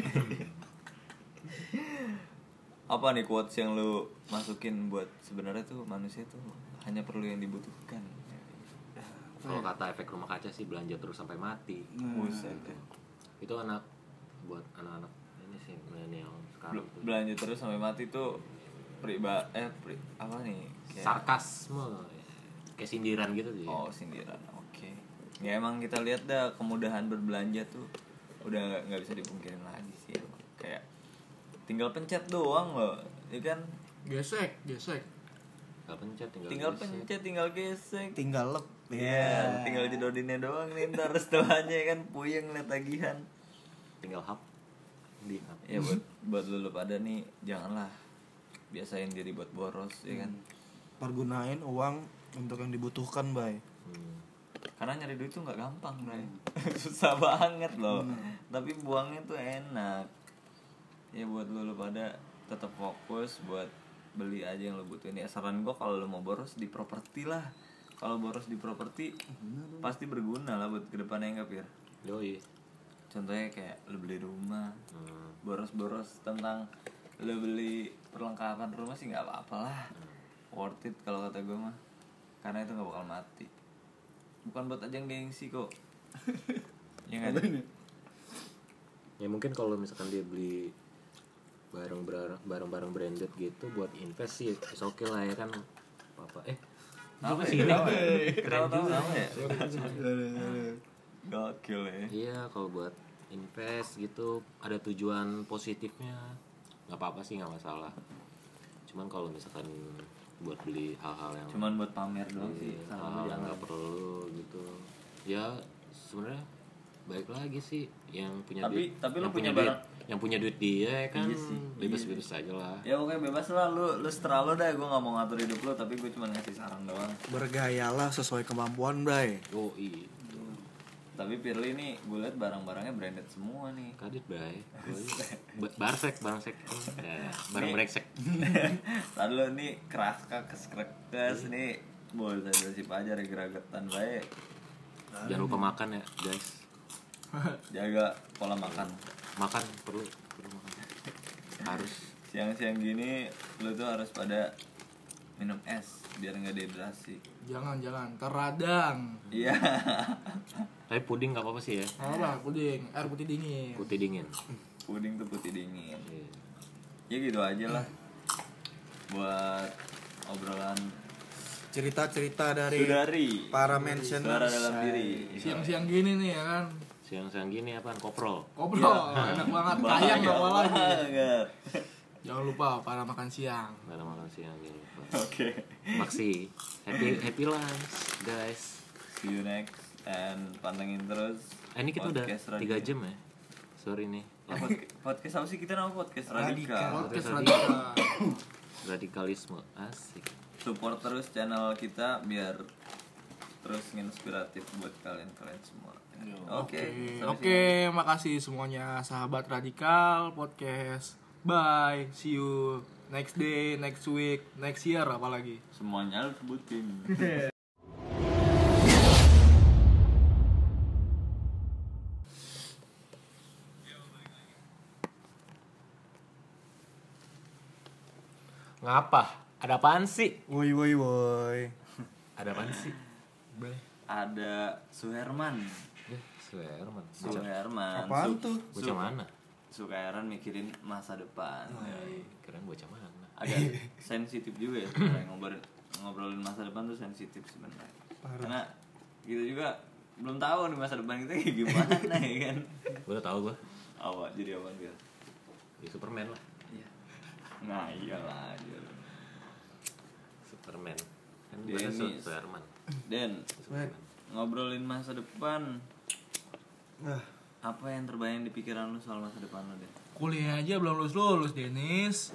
[SPEAKER 2] Apa nih quotes yang lu masukin buat sebenarnya tuh manusia tuh hanya perlu yang dibutuhkan.
[SPEAKER 1] Kalau kata efek rumah kaca sih belanja terus sampai mati.
[SPEAKER 2] Buset. ya.
[SPEAKER 1] Itu anak buat anak-anak ini sih milenial sekarang
[SPEAKER 2] Bel-
[SPEAKER 1] tuh.
[SPEAKER 2] belanja terus sampai mati tuh priba eh pri, apa nih kayak-
[SPEAKER 1] Sarkasme kayak sindiran gitu sih.
[SPEAKER 2] oh sindiran oke ya emang kita lihat dah kemudahan berbelanja tuh udah nggak nggak bisa dipungkirin lagi sih emang. Kayak tinggal pencet doang loh ya kan
[SPEAKER 3] Gesek, gesek.
[SPEAKER 1] Tinggal pencet tinggal
[SPEAKER 2] tinggal
[SPEAKER 1] geser.
[SPEAKER 2] pencet tinggal gesek
[SPEAKER 4] Tinggal lep.
[SPEAKER 2] Iya, tinggal jedodinnya doang nih ntar setelahnya kan puyeng liat tagihan.
[SPEAKER 1] Tinggal hap di hap.
[SPEAKER 2] Ya buat buat lu pada nih janganlah biasain diri buat boros ya kan.
[SPEAKER 4] Pergunain uang untuk yang dibutuhkan, Bay.
[SPEAKER 1] Hmm.
[SPEAKER 2] Karena nyari duit tuh nggak gampang, Bray. Susah banget loh. Tapi buangnya tuh enak. Ya buat lu, lu pada tetap fokus buat beli aja yang lu butuhin. Ya saran gua kalau lu mau boros di properti lah. Kalau boros di properti pasti berguna lah buat kedepannya enggak Pir.
[SPEAKER 1] Yoi.
[SPEAKER 2] Contohnya kayak lu beli rumah,
[SPEAKER 1] Hmm.
[SPEAKER 2] boros-boros tentang lu beli perlengkapan rumah sih nggak apa-apa lah, worth it kalau kata gue mah, karena itu nggak bakal mati. Bukan buat ajang gengsi kok. Ya nggak ada.
[SPEAKER 1] Ya mungkin kalau misalkan dia beli barang barang-barang branded gitu buat invest sih oke lah ya kan apa eh
[SPEAKER 2] Apa
[SPEAKER 1] sih
[SPEAKER 2] ya?
[SPEAKER 1] ini
[SPEAKER 2] Kenapa ya?
[SPEAKER 1] keren
[SPEAKER 2] Kenapa
[SPEAKER 1] juga
[SPEAKER 2] kenapa ya? Gokil ya.
[SPEAKER 1] iya kalau buat invest gitu ada tujuan positifnya nggak apa-apa sih nggak masalah cuman kalau misalkan buat beli hal-hal yang
[SPEAKER 2] Cuman buat pamer doang sih.
[SPEAKER 1] iya,
[SPEAKER 2] Sama
[SPEAKER 1] hal-hal yang
[SPEAKER 2] jangan.
[SPEAKER 1] nggak perlu gitu ya sebenarnya baik lagi sih yang punya
[SPEAKER 2] Tapi-
[SPEAKER 1] duit
[SPEAKER 2] tapi lu
[SPEAKER 1] yang
[SPEAKER 2] punya
[SPEAKER 1] duit,
[SPEAKER 2] barang-
[SPEAKER 1] yang punya duit dia ya kan
[SPEAKER 2] Iya sih,
[SPEAKER 1] bebas-bebas aja lah
[SPEAKER 2] Ya pokoknya bebas lah lu, lu setelah lu dah. Gue nggak mau ngatur hidup lu, tapi gue cuma ngasih saran doang.
[SPEAKER 4] Bergayalah sesuai kemampuan, Bay.
[SPEAKER 1] oh iya
[SPEAKER 2] Tapi Pirli nih, gue liat barang-barangnya branded semua nih.
[SPEAKER 1] kadit bay Ba- barsek barsek ya, barang
[SPEAKER 2] Nih.
[SPEAKER 1] brengsek
[SPEAKER 2] Tadi lo nih keras kakes krekes nih. Boleh saya si pajar ya geragetan baik.
[SPEAKER 1] jangan lupa makan ya guys
[SPEAKER 2] Jaga pola makan.
[SPEAKER 1] makan perlu perlu makan harus
[SPEAKER 2] Siang-siang gini lo tuh harus pada minum es biar nggak dehidrasi.
[SPEAKER 3] Jangan, jangan. Teradang.
[SPEAKER 2] Iya.
[SPEAKER 1] tapi puding nggak apa-apa sih ya
[SPEAKER 3] Apa? Puding, air putih dingin.
[SPEAKER 1] putih dingin
[SPEAKER 2] Puding tuh putih dingin.
[SPEAKER 1] Iya.
[SPEAKER 2] Ya gitu aja lah. Buat obrolan
[SPEAKER 4] Cerita-cerita dari
[SPEAKER 2] Sudari.
[SPEAKER 4] para mentioners.
[SPEAKER 2] Suara dalam diri.
[SPEAKER 3] Siang-siang gini nih ya kan.
[SPEAKER 1] siang-siang gini apaan koprol
[SPEAKER 3] Ngobrol, enak banget. Kayang
[SPEAKER 2] Banyak
[SPEAKER 3] apa lagi.
[SPEAKER 2] banget.
[SPEAKER 3] Jangan lupa para makan siang.
[SPEAKER 1] nggak ada makan siang gitu
[SPEAKER 2] Oke.
[SPEAKER 1] maksi happy happy lunch guys
[SPEAKER 2] See you next and pantengin terus
[SPEAKER 1] Eh, ini kita udah
[SPEAKER 2] Podcast
[SPEAKER 1] tiga
[SPEAKER 2] radio.
[SPEAKER 1] jam ya. Sorry nih.
[SPEAKER 2] Eh, podca- podcast apa sih kita nama podcast radikal.
[SPEAKER 3] Podcast
[SPEAKER 1] Radikal.
[SPEAKER 3] radikal.
[SPEAKER 1] Radikalisme asik.
[SPEAKER 2] Support terus channel kita biar terus inspiratif buat kalian-kalian semua. Oke. sampai
[SPEAKER 3] Oke, makasih semuanya sahabat radikal podcast. Bye, see you next day, next week, next year apalagi.
[SPEAKER 2] sini. Semuanya lu sebutin.
[SPEAKER 1] Ngapa? Ada apaan sih?
[SPEAKER 4] Woi woi woi.
[SPEAKER 1] Ada apaan sih?
[SPEAKER 2] Ada Suherman.
[SPEAKER 1] Eh, Suherman.
[SPEAKER 2] Suherman.
[SPEAKER 4] Apaan
[SPEAKER 2] Su-
[SPEAKER 4] tuh?
[SPEAKER 1] Bocah
[SPEAKER 2] Su-
[SPEAKER 1] mana?
[SPEAKER 2] Suherman mikirin masa depan.
[SPEAKER 1] Keren bocah mana?
[SPEAKER 2] Agak sensitif juga ya sebenarnya ngobrolin ngobrolin masa depan tuh sensitif sebenarnya. Karena kita juga belum tahu nih masa depan kita kayak gimana ya kan.
[SPEAKER 1] Gue udah tahu gue.
[SPEAKER 2] Apa jadi apa dia?
[SPEAKER 1] Ya Superman lah.
[SPEAKER 2] Iya. Nah, iyalah aja.
[SPEAKER 1] Superman. Kan
[SPEAKER 2] Dennis.
[SPEAKER 1] bahasa Su- Suherman.
[SPEAKER 2] Dan
[SPEAKER 1] Superman.
[SPEAKER 2] ngobrolin masa depan,
[SPEAKER 4] Ah,
[SPEAKER 2] apa yang terbayang di pikiran lu soal masa depan lu, Den?
[SPEAKER 3] Kuliah aja belum lulus lulus, Denis.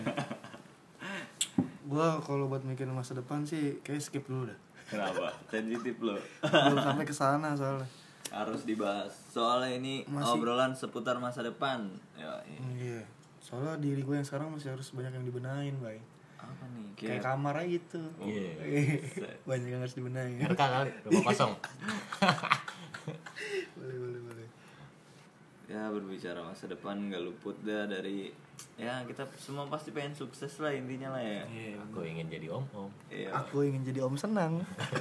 [SPEAKER 4] gua kalau buat mikirin masa depan sih kayak skip dulu dah.
[SPEAKER 2] Kenapa? Sensitif lo.
[SPEAKER 4] Belum sampai ke sana soalnya.
[SPEAKER 2] Harus dibahas. Soalnya ini
[SPEAKER 4] Masih-
[SPEAKER 2] obrolan seputar masa depan. Ya,
[SPEAKER 4] Iya. Soalnya diri gue yang sekarang masih harus banyak yang dibenahin, Bay.
[SPEAKER 2] apa nih?
[SPEAKER 4] Kayak kamar aja gitu.
[SPEAKER 1] Iya.
[SPEAKER 4] Banyak yang harus dibenahin.
[SPEAKER 1] R K kali, rumah kosong.
[SPEAKER 4] Boleh, boleh, boleh.
[SPEAKER 2] Ya berbicara masa depan nggak luput dah dari ya kita semua pasti pengen sukses lah intinya lah ya.
[SPEAKER 1] Aku ingin jadi om-om.
[SPEAKER 2] Iya.
[SPEAKER 4] Aku ingin jadi om senang.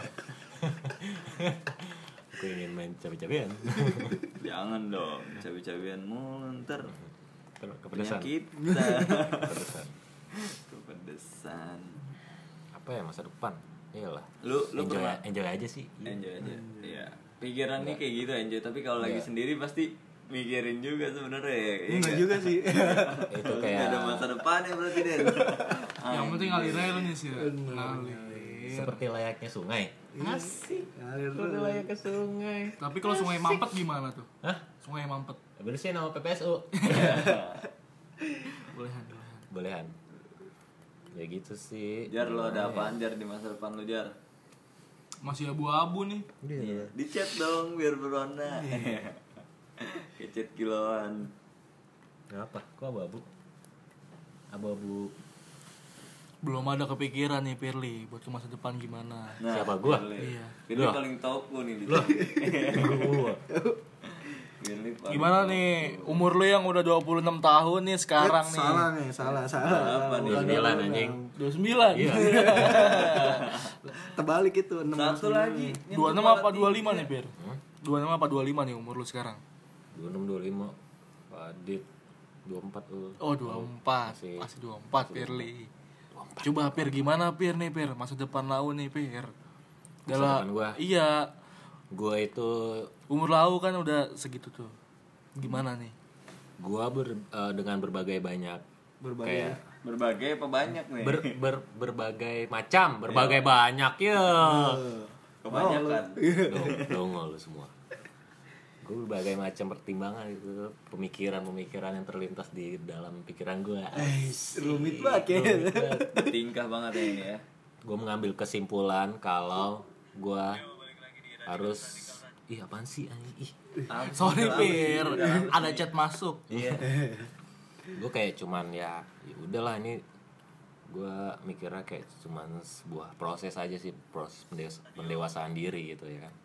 [SPEAKER 1] Aku ingin main cabe-cabean.
[SPEAKER 2] Jangan dong, cabe-cabean mulu ntar
[SPEAKER 1] Kepedesan.
[SPEAKER 2] penyakit.
[SPEAKER 1] Kepedesan.
[SPEAKER 2] Kepedesan.
[SPEAKER 1] Apa ya masa depan? Iyalah.
[SPEAKER 2] Lu lu
[SPEAKER 1] enjoy,
[SPEAKER 2] pernah
[SPEAKER 1] enjoy aja sih.
[SPEAKER 2] enjoy aja. Iya. Pikiran nih kayak gitu enjoy, tapi kalau lagi
[SPEAKER 1] Iya.
[SPEAKER 2] sendiri pasti mikirin juga sebenarnya. Ya, iya
[SPEAKER 4] Enggak
[SPEAKER 2] nggak?
[SPEAKER 4] juga sih.
[SPEAKER 1] Itu
[SPEAKER 2] Nggak
[SPEAKER 1] kayak
[SPEAKER 2] ada masa depan ya berarti Den.
[SPEAKER 3] Yang penting ngalir aja lu nih sih. Ngalir.
[SPEAKER 1] seperti layaknya sungai.
[SPEAKER 3] Asik.
[SPEAKER 4] Ngalir
[SPEAKER 1] Seperti layaknya sungai.
[SPEAKER 3] Tapi kalau Sungai Mampet gimana tuh?
[SPEAKER 1] Hah?
[SPEAKER 3] Sungai Mampet.
[SPEAKER 1] Bersihin nama P P S U.
[SPEAKER 3] Bolehan, bolehan.
[SPEAKER 1] Bolehan. Ya gitu sih.
[SPEAKER 2] Jar lo ada apaan Jar di masa depan lu Jar?
[SPEAKER 3] Masih abu-abu nih.
[SPEAKER 2] Iya. Di chat dong biar berwarna. Kecet kiloan.
[SPEAKER 1] Kenapa? Kok abu-abu? Abu-abu.
[SPEAKER 3] Belum ada kepikiran nih Pirli buat ke masa depan gimana.
[SPEAKER 1] Siapa gua?
[SPEAKER 2] Firly.
[SPEAKER 3] Iya.
[SPEAKER 2] Firly
[SPEAKER 1] Loh.
[SPEAKER 2] paling toko nih di
[SPEAKER 1] Loh.
[SPEAKER 2] sini.
[SPEAKER 1] Gua.
[SPEAKER 2] Firly paling
[SPEAKER 3] Gimana
[SPEAKER 2] toko.
[SPEAKER 3] nih umur lu yang udah dua puluh enam tahun nih sekarang nih?
[SPEAKER 4] Salah nih, salah, salah.
[SPEAKER 2] Apa nih?
[SPEAKER 1] dua puluh sembilan anjing.
[SPEAKER 3] dua puluh sembilan.
[SPEAKER 1] Iya.
[SPEAKER 4] Terbalik itu enam puluh
[SPEAKER 2] Satu
[SPEAKER 4] sembilan.
[SPEAKER 2] lagi.
[SPEAKER 3] dua puluh enam apa dua puluh lima nih, Pir?
[SPEAKER 1] Hmm?
[SPEAKER 3] dua puluh enam apa dua puluh lima nih umur lu sekarang?
[SPEAKER 1] dua puluh enam dua puluh lima. Adit dua puluh empat lu.
[SPEAKER 3] Oh, dua puluh empat.
[SPEAKER 1] Masih-
[SPEAKER 3] Masih dua puluh empat, Pirli. Coba Pir gimana Pir nih, Pir? Masa depan lau nih, Pir.
[SPEAKER 1] depan gua?
[SPEAKER 3] Iya.
[SPEAKER 1] Gua itu
[SPEAKER 3] Umur lau kan udah segitu tuh. Gimana nih?
[SPEAKER 1] gua ber, eh, dengan berbagai banyak
[SPEAKER 4] Berbagai.
[SPEAKER 1] kayak
[SPEAKER 2] Berbagai apa banyak nih?
[SPEAKER 1] ber, ber, berbagai macam, berbagai banyak ya.
[SPEAKER 2] Kebanyakan.
[SPEAKER 1] Dong, dong lu semua. Gue berbagai macam pertimbangan itu, pemikiran-pemikiran yang terlintas di dalam pikiran gue.
[SPEAKER 4] Rumit banget ya.
[SPEAKER 2] Tingkah banget ya ini ya.
[SPEAKER 1] Gue mengambil kesimpulan kalau gue harus, ih apaan sih anjing? Ih,
[SPEAKER 3] Sorry, Pir. Ada chat masuk.
[SPEAKER 1] iya. Gue kayak cuman ya, ya udahlah ini gue mikirnya kayak cuman sebuah proses aja sih, proses pendewas- pendewasaan diri gitu ya kan.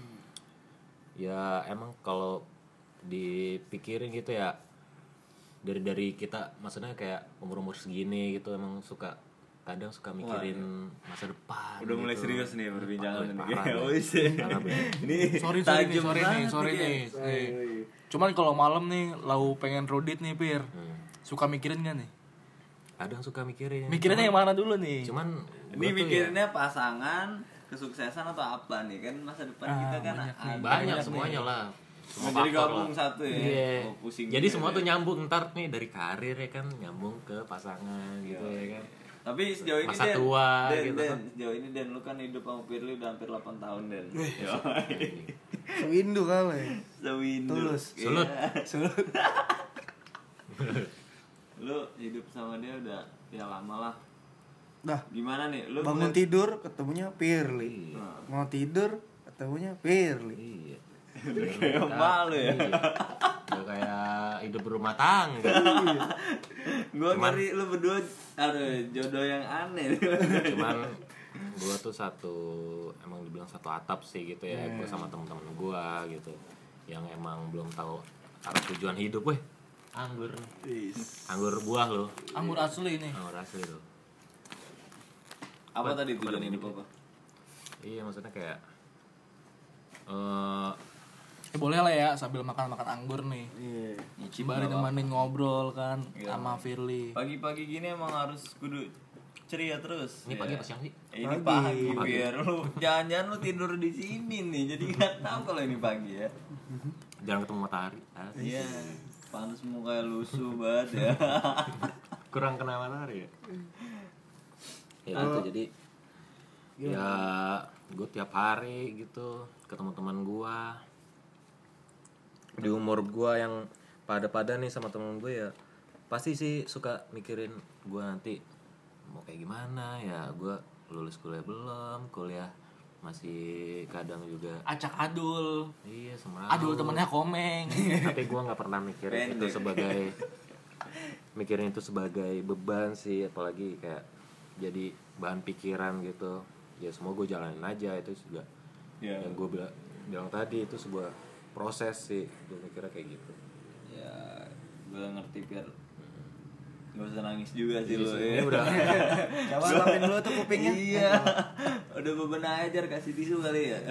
[SPEAKER 1] Ya emang kalau dipikirin gitu ya, dari dari kita maksudnya kayak umur umur segini gitu emang suka kadang suka mikirin masa depan.
[SPEAKER 2] Udah mulai
[SPEAKER 1] gitu.
[SPEAKER 2] serius nih
[SPEAKER 1] Oh,
[SPEAKER 2] perbincangan ini.
[SPEAKER 1] parah,
[SPEAKER 2] Oh,
[SPEAKER 1] Ben.
[SPEAKER 2] iya.
[SPEAKER 1] Parah, Ben.
[SPEAKER 2] Ini
[SPEAKER 3] Sorry, sorry nih,
[SPEAKER 2] tajam
[SPEAKER 3] sorry nih,
[SPEAKER 2] banget
[SPEAKER 3] sorry nih.
[SPEAKER 2] guys.
[SPEAKER 3] Nih. Cuman kalau malam nih lau pengen rodit nih, Pir.
[SPEAKER 1] Hmm.
[SPEAKER 3] Suka mikirin gak nih?
[SPEAKER 1] Kadang suka mikirin.
[SPEAKER 3] Mikirinnya yang mana dulu nih?
[SPEAKER 1] Cuman
[SPEAKER 2] Ini
[SPEAKER 1] gua tuh
[SPEAKER 2] mikirinnya pasangan, kesuksesan atau apa nih? Kan masa depan
[SPEAKER 3] Ah,
[SPEAKER 2] kita kan
[SPEAKER 3] banyak nih.
[SPEAKER 1] ya,
[SPEAKER 2] ada
[SPEAKER 1] banyak
[SPEAKER 2] nih.
[SPEAKER 1] semuanya lah.
[SPEAKER 2] Mau
[SPEAKER 1] Semua
[SPEAKER 2] jadi
[SPEAKER 1] faktor
[SPEAKER 2] gabung
[SPEAKER 1] lah.
[SPEAKER 2] satu ya.
[SPEAKER 1] Iya.
[SPEAKER 2] Mau pusing
[SPEAKER 1] Jadi
[SPEAKER 2] juga
[SPEAKER 1] semua
[SPEAKER 2] ya.
[SPEAKER 1] tuh nyambung ntar nih dari karir ya kan nyambung ke pasangan gitu
[SPEAKER 2] Iya.
[SPEAKER 1] ya kan.
[SPEAKER 2] Tapi sejauh ini
[SPEAKER 1] Masa
[SPEAKER 2] Den,
[SPEAKER 1] tua,
[SPEAKER 2] Den,
[SPEAKER 1] gitu.
[SPEAKER 2] Den, sejauh ini Den lu kan hidup sama Firly udah hampir delapan tahun Den.
[SPEAKER 4] Sewindu kali.
[SPEAKER 2] Sewindu.
[SPEAKER 4] Tulus.
[SPEAKER 1] Sulut.
[SPEAKER 2] Sulut. Lu hidup sama dia udah ya lama lah.
[SPEAKER 4] Dah,
[SPEAKER 2] Gimana nih? Lu
[SPEAKER 4] bangun
[SPEAKER 2] ngeliat-
[SPEAKER 4] tidur ketemunya Firly.
[SPEAKER 2] Nah,
[SPEAKER 4] Mau tidur ketemunya Firly.
[SPEAKER 1] Iya.
[SPEAKER 2] kayak malu ya.
[SPEAKER 1] Iya. Udah kayak hidup berumah tangga.
[SPEAKER 2] Gua
[SPEAKER 1] Cuman-
[SPEAKER 2] ngeri lu berdua aduh jodoh yang aneh.
[SPEAKER 1] Cuman gue tuh satu emang dibilang satu atap sih gitu ya, gue sama teman-teman gue gitu yang emang belum tahu arah tujuan hidup. Weh, anggur nih. Anggur buah lo,
[SPEAKER 3] Anggur asli ini.
[SPEAKER 1] anggur asli lo.
[SPEAKER 2] Apa
[SPEAKER 1] Apa-
[SPEAKER 2] tadi
[SPEAKER 1] apa
[SPEAKER 2] tujuan
[SPEAKER 1] namanya?
[SPEAKER 2] hidup apa?
[SPEAKER 1] Iya, maksudnya kayak eh
[SPEAKER 3] Ya boleh lah ya sambil makan-makan anggur nih.
[SPEAKER 4] Iya.
[SPEAKER 2] Nyicip
[SPEAKER 3] Sembari
[SPEAKER 2] nggak apa-apa.
[SPEAKER 3] nemenin ngobrol kan
[SPEAKER 2] Iya.
[SPEAKER 3] sama Firly.
[SPEAKER 2] Pagi-pagi gini emang harus kudu ceria terus.
[SPEAKER 1] ini
[SPEAKER 2] ya.
[SPEAKER 1] pagi apa siang sih?
[SPEAKER 2] Eh, Ini
[SPEAKER 4] Pagi.
[SPEAKER 2] pagi, biar lu jangan-jangan lu tidur di sini nih. Jadi nggak tahu kalau ini pagi ya.
[SPEAKER 1] Jarang ketemu matahari. Ah,
[SPEAKER 2] Iya. Panas muka lusuh banget ya.
[SPEAKER 1] kurang kena matahari ya. Ya gitu, jadi ya gue tiap hari gitu ketemu teman gue di umur gue yang pada-pada nih sama temen gue ya pasti sih suka mikirin gue nanti mau kayak gimana ya, gue lulus kuliah belum, kuliah masih kadang juga
[SPEAKER 3] Acak adul.
[SPEAKER 1] iya semua
[SPEAKER 3] Adul temennya Komeng.
[SPEAKER 1] tapi gue nggak pernah mikirin itu
[SPEAKER 2] Pendek.
[SPEAKER 1] sebagai mikirin itu sebagai beban sih, apalagi kayak jadi bahan pikiran gitu ya. Semua gue jalanin aja, itu juga
[SPEAKER 2] Ya.
[SPEAKER 1] yang gue bilang bilang tadi itu sebuah proses sih, gue mikirnya kayak gitu.
[SPEAKER 2] Ya, gue ngerti biar gak usah nangis juga sih lo
[SPEAKER 1] Ini
[SPEAKER 2] ya.
[SPEAKER 1] udah
[SPEAKER 4] Coba lapin dulu tuh kupingnya.
[SPEAKER 2] Iya. Udah beban ajar kasih tisu kali ya.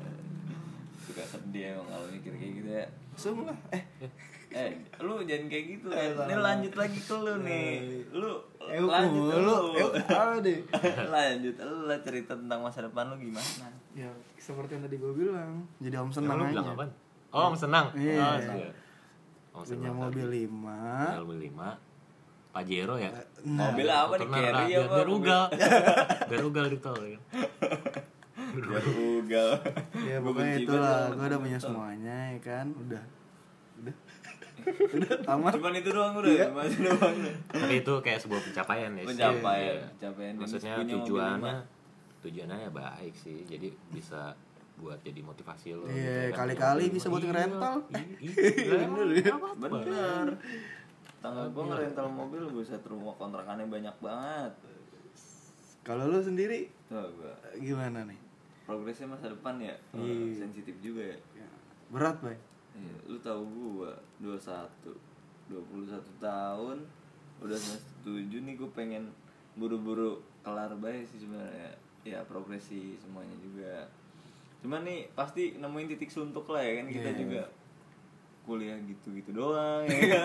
[SPEAKER 2] Suka sedih emang kalau mikir kayak gitu ya.
[SPEAKER 4] Langsung lah. Eh,
[SPEAKER 2] Eh, lu jangan kayak gitu kan. Ini lanjut lagi ke lu nih. Lu
[SPEAKER 4] eh
[SPEAKER 2] lanjut ke
[SPEAKER 4] lu.
[SPEAKER 2] lu.
[SPEAKER 4] Eh, apa deh?
[SPEAKER 2] Lanjut lu lah cerita tentang masa depan lu gimana.
[SPEAKER 4] Ya, seperti yang tadi gue bilang. Jadi om
[SPEAKER 1] Emang
[SPEAKER 4] senang
[SPEAKER 1] lu
[SPEAKER 4] aja.
[SPEAKER 1] bilang apa? Oh, om senang.
[SPEAKER 4] Iya.
[SPEAKER 1] Oh, iya. Om
[SPEAKER 4] Punya
[SPEAKER 1] senang
[SPEAKER 4] mobil
[SPEAKER 1] tadi.
[SPEAKER 4] lima.
[SPEAKER 1] Punya mobil lima. Pajero ya.
[SPEAKER 4] Nah,
[SPEAKER 2] Mobil apa nih
[SPEAKER 1] Fortuner
[SPEAKER 2] carry
[SPEAKER 1] lah,
[SPEAKER 2] apa?
[SPEAKER 1] biar, biar ugal. biar ugal di tol ya.
[SPEAKER 2] Biar ugal.
[SPEAKER 4] ya
[SPEAKER 2] Gua
[SPEAKER 4] pokoknya
[SPEAKER 2] benci
[SPEAKER 4] itulah.
[SPEAKER 2] banget
[SPEAKER 4] Gue udah
[SPEAKER 2] sama
[SPEAKER 4] punya
[SPEAKER 2] motor.
[SPEAKER 4] semuanya ya kan. Udah. Udah. Udah amat.
[SPEAKER 2] Cuman itu doang udah,
[SPEAKER 4] Iya.
[SPEAKER 2] masih doang.
[SPEAKER 1] Tapi itu kayak sebuah pencapaian ya. sih.
[SPEAKER 2] Pencapaian,
[SPEAKER 1] Iya.
[SPEAKER 2] pencapaian. Dan
[SPEAKER 1] Maksudnya
[SPEAKER 2] punya mobil
[SPEAKER 1] tujuannya
[SPEAKER 2] lima.
[SPEAKER 1] tujuannya ya baik sih. Jadi bisa buat jadi motivasi lo.
[SPEAKER 4] Iya,
[SPEAKER 1] gitu kan.
[SPEAKER 4] kali-kali bisa buat
[SPEAKER 1] Iya,
[SPEAKER 4] ngerental.
[SPEAKER 1] Iya, bener ya.
[SPEAKER 2] Bener. Tanggal gua ngerental mobil buset, rumah kontrakannya banyak banget.
[SPEAKER 4] Kalau lu sendiri
[SPEAKER 2] Tuh gua
[SPEAKER 4] gimana nih?
[SPEAKER 2] progresnya masa depan ya. Oh,
[SPEAKER 4] Iya.
[SPEAKER 2] sensitif juga ya.
[SPEAKER 4] Berat, Bay.
[SPEAKER 2] Iya, lu tahu gua dua puluh satu dua puluh satu tahun udah semester tujuh nih, gua pengen buru-buru kelar baik sih sebenarnya. Ya progresi semuanya juga. Cuman nih pasti nemuin titik suntuk lah ya kan, kita
[SPEAKER 4] Iya.
[SPEAKER 2] juga kuliah gitu-gitu doang ya.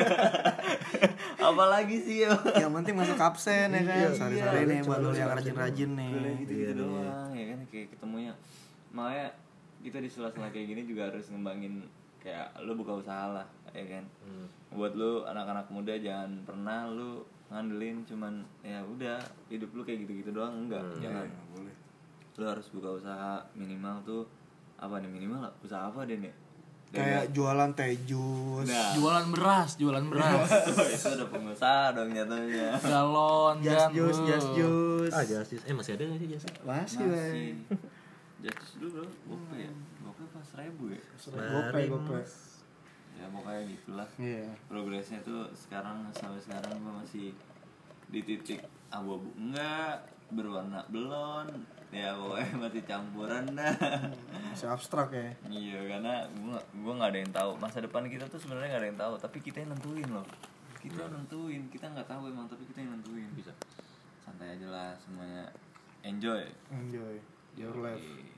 [SPEAKER 2] Apalagi sih ya.
[SPEAKER 4] Yang penting masuk absen ya kan. Sore-sore nih buat lu yang rajin-rajin nih.
[SPEAKER 2] Kuliah gitu-gitu
[SPEAKER 4] Iya,
[SPEAKER 2] doang ya kan, kayak ketemunya. Makanya kita di sela-sela kayak gini juga harus ngembangin kayak lu buka usaha lah ya kan. Buat lu anak-anak muda jangan pernah lu ngandelin cuman ya udah hidup lu kayak gitu-gitu doang, enggak. Jangan.
[SPEAKER 4] boleh.
[SPEAKER 2] Lu harus buka usaha minimal tuh apa nih, minimal usaha apa deh nih?
[SPEAKER 4] Kayak jualan teh jus.
[SPEAKER 2] Nah,
[SPEAKER 3] Jualan beras, jualan beras.
[SPEAKER 2] itu udah pengusaha dong jatuhnya.
[SPEAKER 3] Galon
[SPEAKER 4] Jas
[SPEAKER 3] kan.
[SPEAKER 4] jus,
[SPEAKER 3] uh.
[SPEAKER 4] jas jus.
[SPEAKER 1] Ah, Justice. Eh, masih ada nggak sih Justice?
[SPEAKER 4] Masih, Bay.
[SPEAKER 2] Jatuh dulu bro, gope ya, gope pas seribu ya.
[SPEAKER 4] Gope, gope.
[SPEAKER 2] Ya pokoknya gitulah.
[SPEAKER 4] Iya.
[SPEAKER 2] Progresnya tuh sekarang sampai sekarang gue masih di titik abu-abu enggak, berwarna belon, ya pokoknya masih campuran dah.
[SPEAKER 4] Masih abstrak ya.
[SPEAKER 2] Iya, karena gua gua nggak ada yang tahu masa depan kita tuh sebenarnya nggak ada yang tahu, tapi kita yang nentuin loh. Kita yang nentuin, kita nggak tahu emang, tapi kita yang nentuin.
[SPEAKER 1] Bisa.
[SPEAKER 2] Santai aja lah semuanya, enjoy.
[SPEAKER 4] Enjoy your life.
[SPEAKER 2] Oke.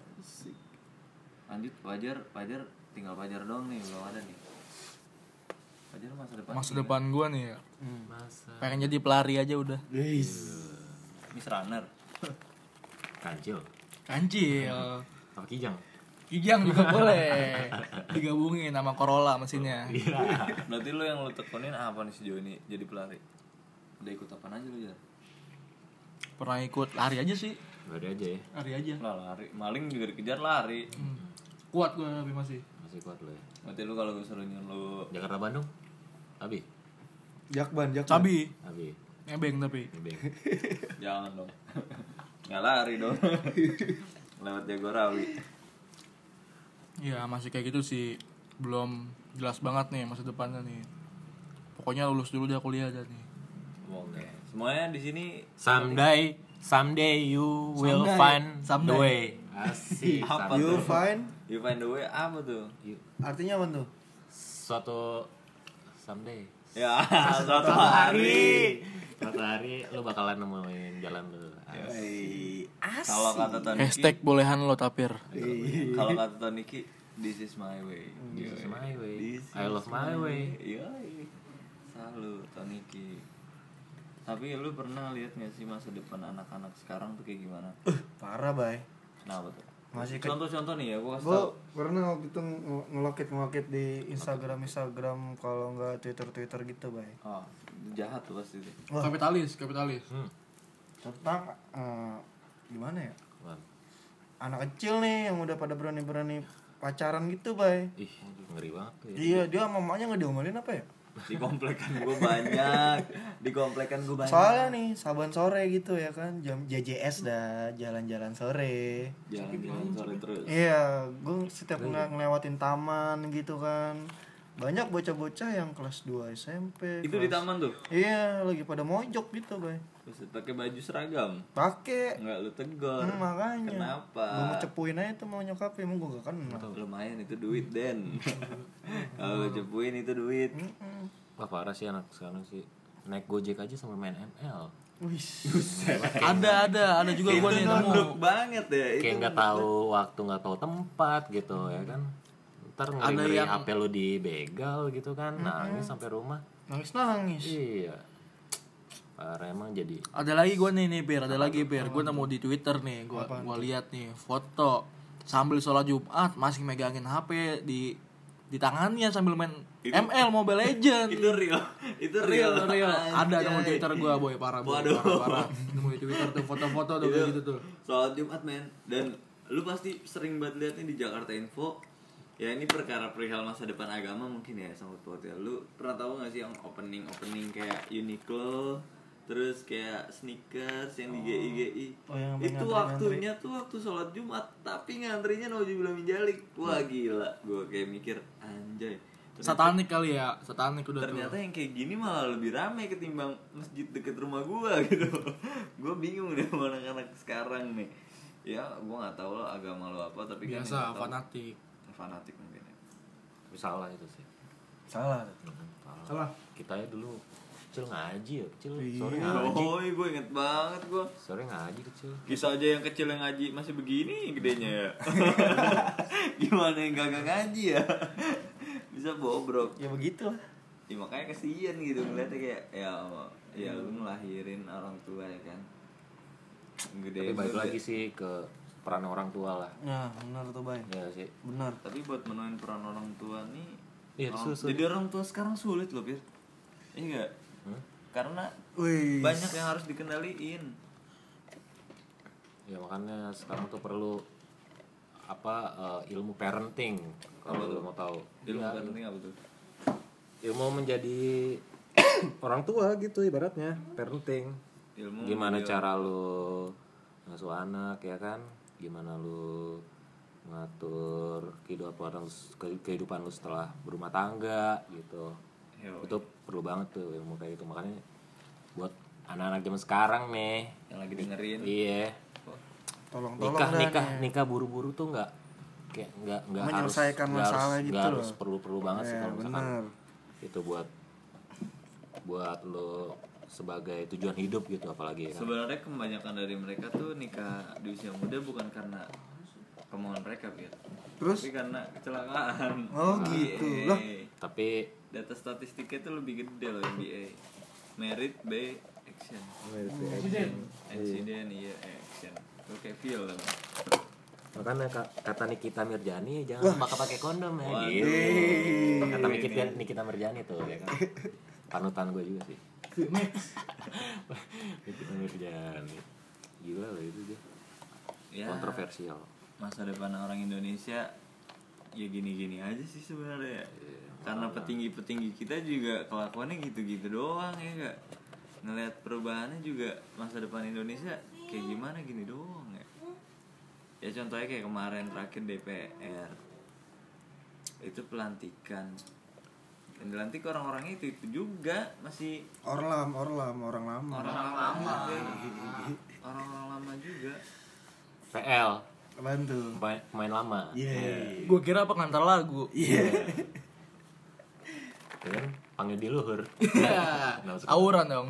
[SPEAKER 2] Lanjut Fajar, Fajar tinggal Fajar doang nih, belum ada nih. Fajar masa depan.
[SPEAKER 3] Masa
[SPEAKER 2] gimana?
[SPEAKER 3] depan gua nih ya.
[SPEAKER 1] Masa
[SPEAKER 3] Pengen jadi pelari aja udah.
[SPEAKER 4] Guys.
[SPEAKER 2] Miss Runner.
[SPEAKER 1] kancil.
[SPEAKER 3] Kancil.
[SPEAKER 1] Sama kijang.
[SPEAKER 3] Kijang juga boleh. Digabungin sama Corolla mesinnya.
[SPEAKER 2] Berarti lo yang lo tekunin apa nih sejauh ini jadi pelari? Udah ikut apa aja lo Jar?
[SPEAKER 3] pernah ikut lari aja sih.
[SPEAKER 1] Lari aja ya.
[SPEAKER 3] Lari aja.
[SPEAKER 2] Lah lari, maling juga dikejar lari.
[SPEAKER 3] Hmm. Kuat gue tapi masih.
[SPEAKER 1] Masih kuat lo ya.
[SPEAKER 2] Berarti lu kalau gue suruh nyuruh lu
[SPEAKER 1] Jakarta Bandung. Abi.
[SPEAKER 4] Jakban, jakban.
[SPEAKER 3] Cabi.
[SPEAKER 1] Abi.
[SPEAKER 3] Nebeng tapi.
[SPEAKER 1] Nebeng.
[SPEAKER 2] jangan dong. Nggak lari dong. Lewat Jagorawi.
[SPEAKER 3] Ya masih kayak gitu sih. Belum jelas banget nih masa depannya nih. Pokoknya lulus dulu dah kuliah aja nih.
[SPEAKER 2] Oke. Semuanya di sini
[SPEAKER 1] Someday, someday you will
[SPEAKER 3] Someday.
[SPEAKER 1] find the
[SPEAKER 3] Someday.
[SPEAKER 1] way. Asik.
[SPEAKER 2] Apa
[SPEAKER 1] someday.
[SPEAKER 4] You find
[SPEAKER 2] you find the way apa tuh?
[SPEAKER 1] You-
[SPEAKER 4] artinya apa tuh?
[SPEAKER 1] Suatu someday.
[SPEAKER 2] Ya, suatu hari.
[SPEAKER 1] Suatu hari lu bakalan nemuin jalan lu.
[SPEAKER 4] Hey,
[SPEAKER 2] Kalau kata Tony,
[SPEAKER 3] Hashtag bolehan lo tapir.
[SPEAKER 2] kalau kata Tony Ki, this is my way.
[SPEAKER 1] This is my way.
[SPEAKER 2] This
[SPEAKER 1] I love
[SPEAKER 2] is
[SPEAKER 1] my way.
[SPEAKER 2] Iya. Salut Tony Ki. Tapi lu pernah lihat nggak sih masa depan anak-anak sekarang tuh kayak gimana?
[SPEAKER 4] Parah, Bay.
[SPEAKER 2] Kenapa tuh?
[SPEAKER 4] Masih ke
[SPEAKER 2] Contoh-contoh nih ya, gua kasih
[SPEAKER 4] Gue
[SPEAKER 2] tau.
[SPEAKER 4] pernah waktu itu nge- ngelokit ngelokit di Instagram Instagram kalau nggak Twitter Twitter gitu, Bay.
[SPEAKER 2] Oh, jahat tuh pasti tuh.
[SPEAKER 4] Wah.
[SPEAKER 3] Kapitalis, kapitalis.
[SPEAKER 1] Hmm.
[SPEAKER 4] Tentang eh, gimana ya?
[SPEAKER 1] Apaan?
[SPEAKER 4] Anak kecil nih yang udah pada berani-berani pacaran gitu, Bay.
[SPEAKER 1] Ih, ngeri banget tuh ya.
[SPEAKER 4] Iya, dia sama mamanya nggak diomelin apa ya?
[SPEAKER 2] Di komplekan gua banyak. Di komplekan gua banyak.
[SPEAKER 4] Soalnya nih, saban sore gitu ya kan, jam J J S dah, jalan-jalan sore.
[SPEAKER 2] Jalan-jalan sore terus.
[SPEAKER 4] Iya, gue setiap ngel- ngelewatin taman gitu kan. Banyak bocah-bocah yang kelas dua S M P.
[SPEAKER 2] Itu di
[SPEAKER 4] kelas-
[SPEAKER 2] taman tuh.
[SPEAKER 4] Iya, lagi pada mojok gitu, Bay.
[SPEAKER 2] Terus pakai baju seragam.
[SPEAKER 4] Pakai.
[SPEAKER 2] Enggak lu tegur.
[SPEAKER 4] Hmm, makanya.
[SPEAKER 2] Kenapa?
[SPEAKER 4] Gue mau cepuin aja tuh mau nyokapnya, emang gue gak kenal.
[SPEAKER 2] Lumayan itu duit Den. Kalau cepuin itu duit.
[SPEAKER 4] Mm-mm.
[SPEAKER 1] Wah parah sih anak sekarang sih. Naik Gojek aja sampai main M L.
[SPEAKER 4] Wih.
[SPEAKER 3] Ada, ada, ada juga
[SPEAKER 2] Itu
[SPEAKER 3] gue nih
[SPEAKER 2] nunduk
[SPEAKER 3] nemu.
[SPEAKER 2] banget ya. Itu
[SPEAKER 1] Kayak nggak tahu waktu, nggak tahu tempat gitu ya kan. Ntar ngeri-ngeri
[SPEAKER 3] yang-
[SPEAKER 1] H P lu dibegal gitu kan. Nangis sampai rumah.
[SPEAKER 4] Nangis-nangis.
[SPEAKER 1] Iya. Parah emang jadi.
[SPEAKER 3] Ada lagi gue nih nih Bir, ada lagi Bir. Gue nemu di Twitter nih, gue gua lihat nih foto sambil sholat Jumat masih megangin H P di di tangannya sambil main M L Mobile Legend.
[SPEAKER 2] itu real. Itu
[SPEAKER 3] real,
[SPEAKER 2] real.
[SPEAKER 3] real. Ada nemu
[SPEAKER 2] Anjay.
[SPEAKER 3] Twitter gue boy parah boy,
[SPEAKER 2] Waduh.
[SPEAKER 3] parah, parah. Nemu di Twitter tuh foto-foto tuh kayak gitu tuh.
[SPEAKER 2] Sholat Jumat men. Dan lu pasti sering banget lihat nih di Jakarta Info. Ya ini perkara perihal masa depan agama mungkin ya sama ya. Lu pernah tahu gak sih yang opening opening kayak Uniqlo, terus kayak sneakers yang di G I G I.
[SPEAKER 4] Oh, yang
[SPEAKER 2] itu
[SPEAKER 4] ngantri-ngantri.
[SPEAKER 2] waktunya tuh waktu sholat Jumat, tapi ngantrinya nauzubillah min dzalik. Wah gila, gua kayak mikir anjay. Ternyata-
[SPEAKER 3] Satanik kali ya, satanik udah
[SPEAKER 2] ternyata
[SPEAKER 3] tuh.
[SPEAKER 2] yang kayak gini malah lebih ramai ketimbang masjid deket rumah gua gitu. Gua bingung deh sama anak-anak sekarang nih. Ya, gua nggak tahu lah agama lo apa, tapi kan
[SPEAKER 3] Biasa
[SPEAKER 2] yang gua tahu-
[SPEAKER 3] fanatik.
[SPEAKER 2] fanatik mungkin ya.
[SPEAKER 1] Tapi salah itu sih.
[SPEAKER 4] Salah.
[SPEAKER 1] Salah.
[SPEAKER 3] Salah.
[SPEAKER 1] Kita ya dulu kecil ngaji ya, kecil
[SPEAKER 4] Iya.
[SPEAKER 1] sore ngaji.
[SPEAKER 2] Oh, gue inget banget gua.
[SPEAKER 1] Sore ngaji kecil.
[SPEAKER 2] Kisah aja yang kecil yang ngaji masih begini gedenya ya. Gimana yang gak ngaji ya? Bisa bobrok.
[SPEAKER 4] Ya begitulah.
[SPEAKER 2] Ya makanya kesian gitu ngeliatnya kayak ya ya lu ngelahirin orang tua ya kan. Gede
[SPEAKER 1] Tapi balik
[SPEAKER 2] banget.
[SPEAKER 1] lagi sih ke peran orang tua lah.
[SPEAKER 4] Nah, benar tuh, Bay.
[SPEAKER 1] Ya sih.
[SPEAKER 4] Benar.
[SPEAKER 2] Tapi buat menuin peran orang tua nih,
[SPEAKER 1] Iya,
[SPEAKER 2] orang-
[SPEAKER 1] susah.
[SPEAKER 2] jadi orang tua sekarang sulit loh, Pir. Iya enggak?
[SPEAKER 1] Hmm?
[SPEAKER 2] Karena
[SPEAKER 4] Wih.
[SPEAKER 2] banyak yang harus dikendaliin.
[SPEAKER 1] Ya makanya sekarang tuh perlu apa eh, ilmu parenting kalau lu mau tahu.
[SPEAKER 2] Ilmu
[SPEAKER 1] Iya,
[SPEAKER 2] parenting apa tuh?
[SPEAKER 1] ilmu menjadi orang tua gitu ibaratnya parenting.
[SPEAKER 2] Ilmu
[SPEAKER 1] Gimana
[SPEAKER 2] dia-
[SPEAKER 1] cara lu ngasuh anak ya kan? Gimana lu ngatur kehidupan lu, kehidupan lu setelah berumah tangga gitu.
[SPEAKER 2] Yo,
[SPEAKER 1] Itu perlu banget tuh ilmu kayak gitu. Makanya buat anak-anak zaman sekarang nih,
[SPEAKER 2] yang lagi dengerin.
[SPEAKER 1] iya,
[SPEAKER 4] Tolong-tolong
[SPEAKER 1] nikah
[SPEAKER 4] dah
[SPEAKER 1] nikah
[SPEAKER 4] nih.
[SPEAKER 1] nikah buru-buru tuh nggak kayak nggak nggak harus
[SPEAKER 4] Menyelesaikan
[SPEAKER 1] nggak
[SPEAKER 4] masalah
[SPEAKER 1] harus,
[SPEAKER 4] gitu
[SPEAKER 1] nggak
[SPEAKER 4] loh.
[SPEAKER 1] harus perlu-perlu banget sih
[SPEAKER 4] Ya,
[SPEAKER 1] kalau misalkan
[SPEAKER 4] bener.
[SPEAKER 1] itu buat buat lo sebagai tujuan hidup gitu apalagi ya kan.
[SPEAKER 2] Sebenarnya kebanyakan dari mereka tuh nikah di usia muda bukan karena kemauan mereka, Pir.
[SPEAKER 4] Terus?
[SPEAKER 2] Tapi karena kecelakaan.
[SPEAKER 4] Oh,
[SPEAKER 2] M B A.
[SPEAKER 4] gitu. Lah.
[SPEAKER 1] Tapi
[SPEAKER 2] Data statistiknya tuh lebih gede loh M B A. Merit B action. Accident iya action. Lo kayak film.
[SPEAKER 1] makanya ka- kata Nikita Mirjani jangan pakai pakai kondom ya
[SPEAKER 2] Waduh.
[SPEAKER 1] gitu. Kata Nikita Nikita Mirjani tuh ya kan. Panutan gue juga sih. Nikita Mirjani. gila lah itu dia.
[SPEAKER 2] Ya,
[SPEAKER 1] Kontroversial.
[SPEAKER 2] masa depan orang Indonesia ya gini-gini aja sih sebenarnya.
[SPEAKER 1] Iya,
[SPEAKER 2] Karena petinggi-petinggi kita juga kelakuannya gitu-gitu doang ya enggak. Ngelihat perubahannya juga masa depan Indonesia kayak gimana gini doang ya. Ya contohnya kayak kemarin terakhir D P R. Itu pelantikan. Yang dilantik orang-orangnya itu itu juga masih
[SPEAKER 4] Orlam, Orlam, orang lama.
[SPEAKER 2] orang-orang lama. Orang-orang lama juga.
[SPEAKER 1] P L
[SPEAKER 4] Apaan tuh?
[SPEAKER 1] pemain, pemain lama.
[SPEAKER 4] Iya.
[SPEAKER 3] Gue kira pengantar lagu.
[SPEAKER 4] Iya.
[SPEAKER 1] Ya kan panggil di luhur. Nah, suka-
[SPEAKER 3] Auran dong.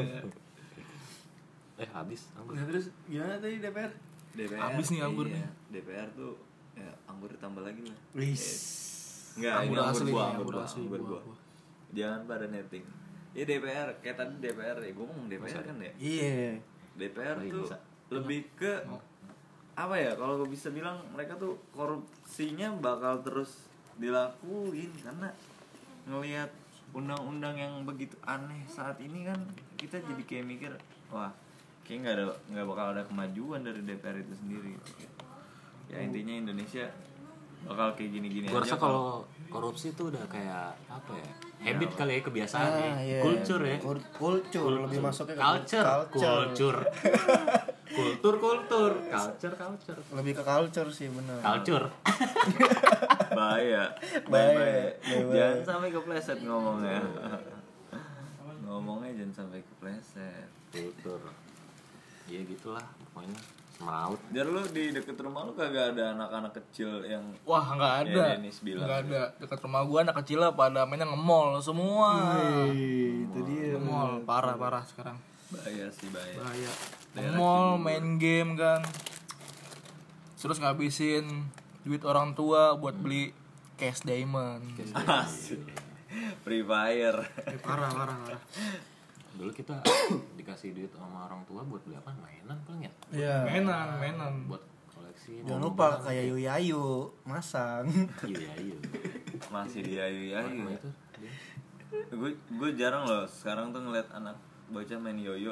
[SPEAKER 1] eh habis anggur.
[SPEAKER 4] Nah, terus gimana tadi D P R?
[SPEAKER 2] D P R.
[SPEAKER 3] Habis nih anggur
[SPEAKER 2] iya.
[SPEAKER 3] nih.
[SPEAKER 2] D P R tuh ya anggur ditambah lagi lah.
[SPEAKER 4] Wis.
[SPEAKER 2] Enggak, ini
[SPEAKER 3] Anggur
[SPEAKER 2] anggur
[SPEAKER 3] asli
[SPEAKER 2] gua,
[SPEAKER 3] nih,
[SPEAKER 2] anggur
[SPEAKER 3] anggur
[SPEAKER 2] gua,
[SPEAKER 3] asli,
[SPEAKER 2] anggur
[SPEAKER 3] buah,
[SPEAKER 2] gua. Jangan pada netting. Ya D P R, kayak tadi D P R ya, gua ngomong D P R kan ya.
[SPEAKER 4] Iya.
[SPEAKER 2] D P R
[SPEAKER 1] Oh, iya,
[SPEAKER 2] tuh
[SPEAKER 1] bisa.
[SPEAKER 2] lebih ke apa ya? Kalau gua bisa bilang mereka tuh korupsinya bakal terus dilakuin karena ngelihat undang-undang yang begitu aneh saat ini kan kita jadi kayak mikir, wah, kayak nggak ada nggak bakal ada kemajuan dari D P R itu sendiri. Ya intinya Indonesia bakal kayak gini-gini
[SPEAKER 1] Gue
[SPEAKER 2] aja
[SPEAKER 1] rasa kalau korupsi itu udah kayak apa ya? Habit kali ya, kebiasaan ya.
[SPEAKER 4] Ah, iya.
[SPEAKER 1] Culture ya.
[SPEAKER 4] Kul- Culture lebih masuknya ke
[SPEAKER 1] Culture.
[SPEAKER 4] culture.
[SPEAKER 1] Culture. Kultur, kultur. Culture, culture.
[SPEAKER 4] Lebih ke culture sih benar.
[SPEAKER 1] Culture.
[SPEAKER 2] bahaya
[SPEAKER 4] Bahaya,
[SPEAKER 2] bahaya
[SPEAKER 4] bahaya.
[SPEAKER 2] jangan sampai kepleset ngomongnya ngomongnya jangan sampai kepleset.
[SPEAKER 1] Kultur. Ya gitulah pokoknya. Semeraut.
[SPEAKER 2] Jar lu di deket rumah lu kagak ada anak-anak kecil yang
[SPEAKER 3] Wah nggak ada.
[SPEAKER 2] Ya, Dennis bilang.
[SPEAKER 3] Nggak ada. Dekat rumah gua anak kecil lah pada mainnya nge-mall semua.
[SPEAKER 4] Wih, itu dia.
[SPEAKER 3] Nge-mall parah parah sekarang.
[SPEAKER 2] bahaya sih bahaya.
[SPEAKER 3] Bahaya.
[SPEAKER 2] Daerah
[SPEAKER 3] Nge-mall main game kan. Terus ngabisin duit orang tua buat beli cash diamond.
[SPEAKER 2] Asik. Free Fire.
[SPEAKER 3] Eh, parah parah parah.
[SPEAKER 1] Dulu kita dikasih duit sama orang tua buat beli apa? Mainan paling ya?
[SPEAKER 4] Iya.
[SPEAKER 3] Mainan mainan.
[SPEAKER 1] Buat koleksi.
[SPEAKER 4] Jangan lupa kayak Yuy Ayu masang.
[SPEAKER 1] Iya, iya.
[SPEAKER 2] Masih di ayu-ayu.
[SPEAKER 1] Apa itu?
[SPEAKER 2] Gue gue jarang loh sekarang tuh ngeliat anak bocah main yoyo.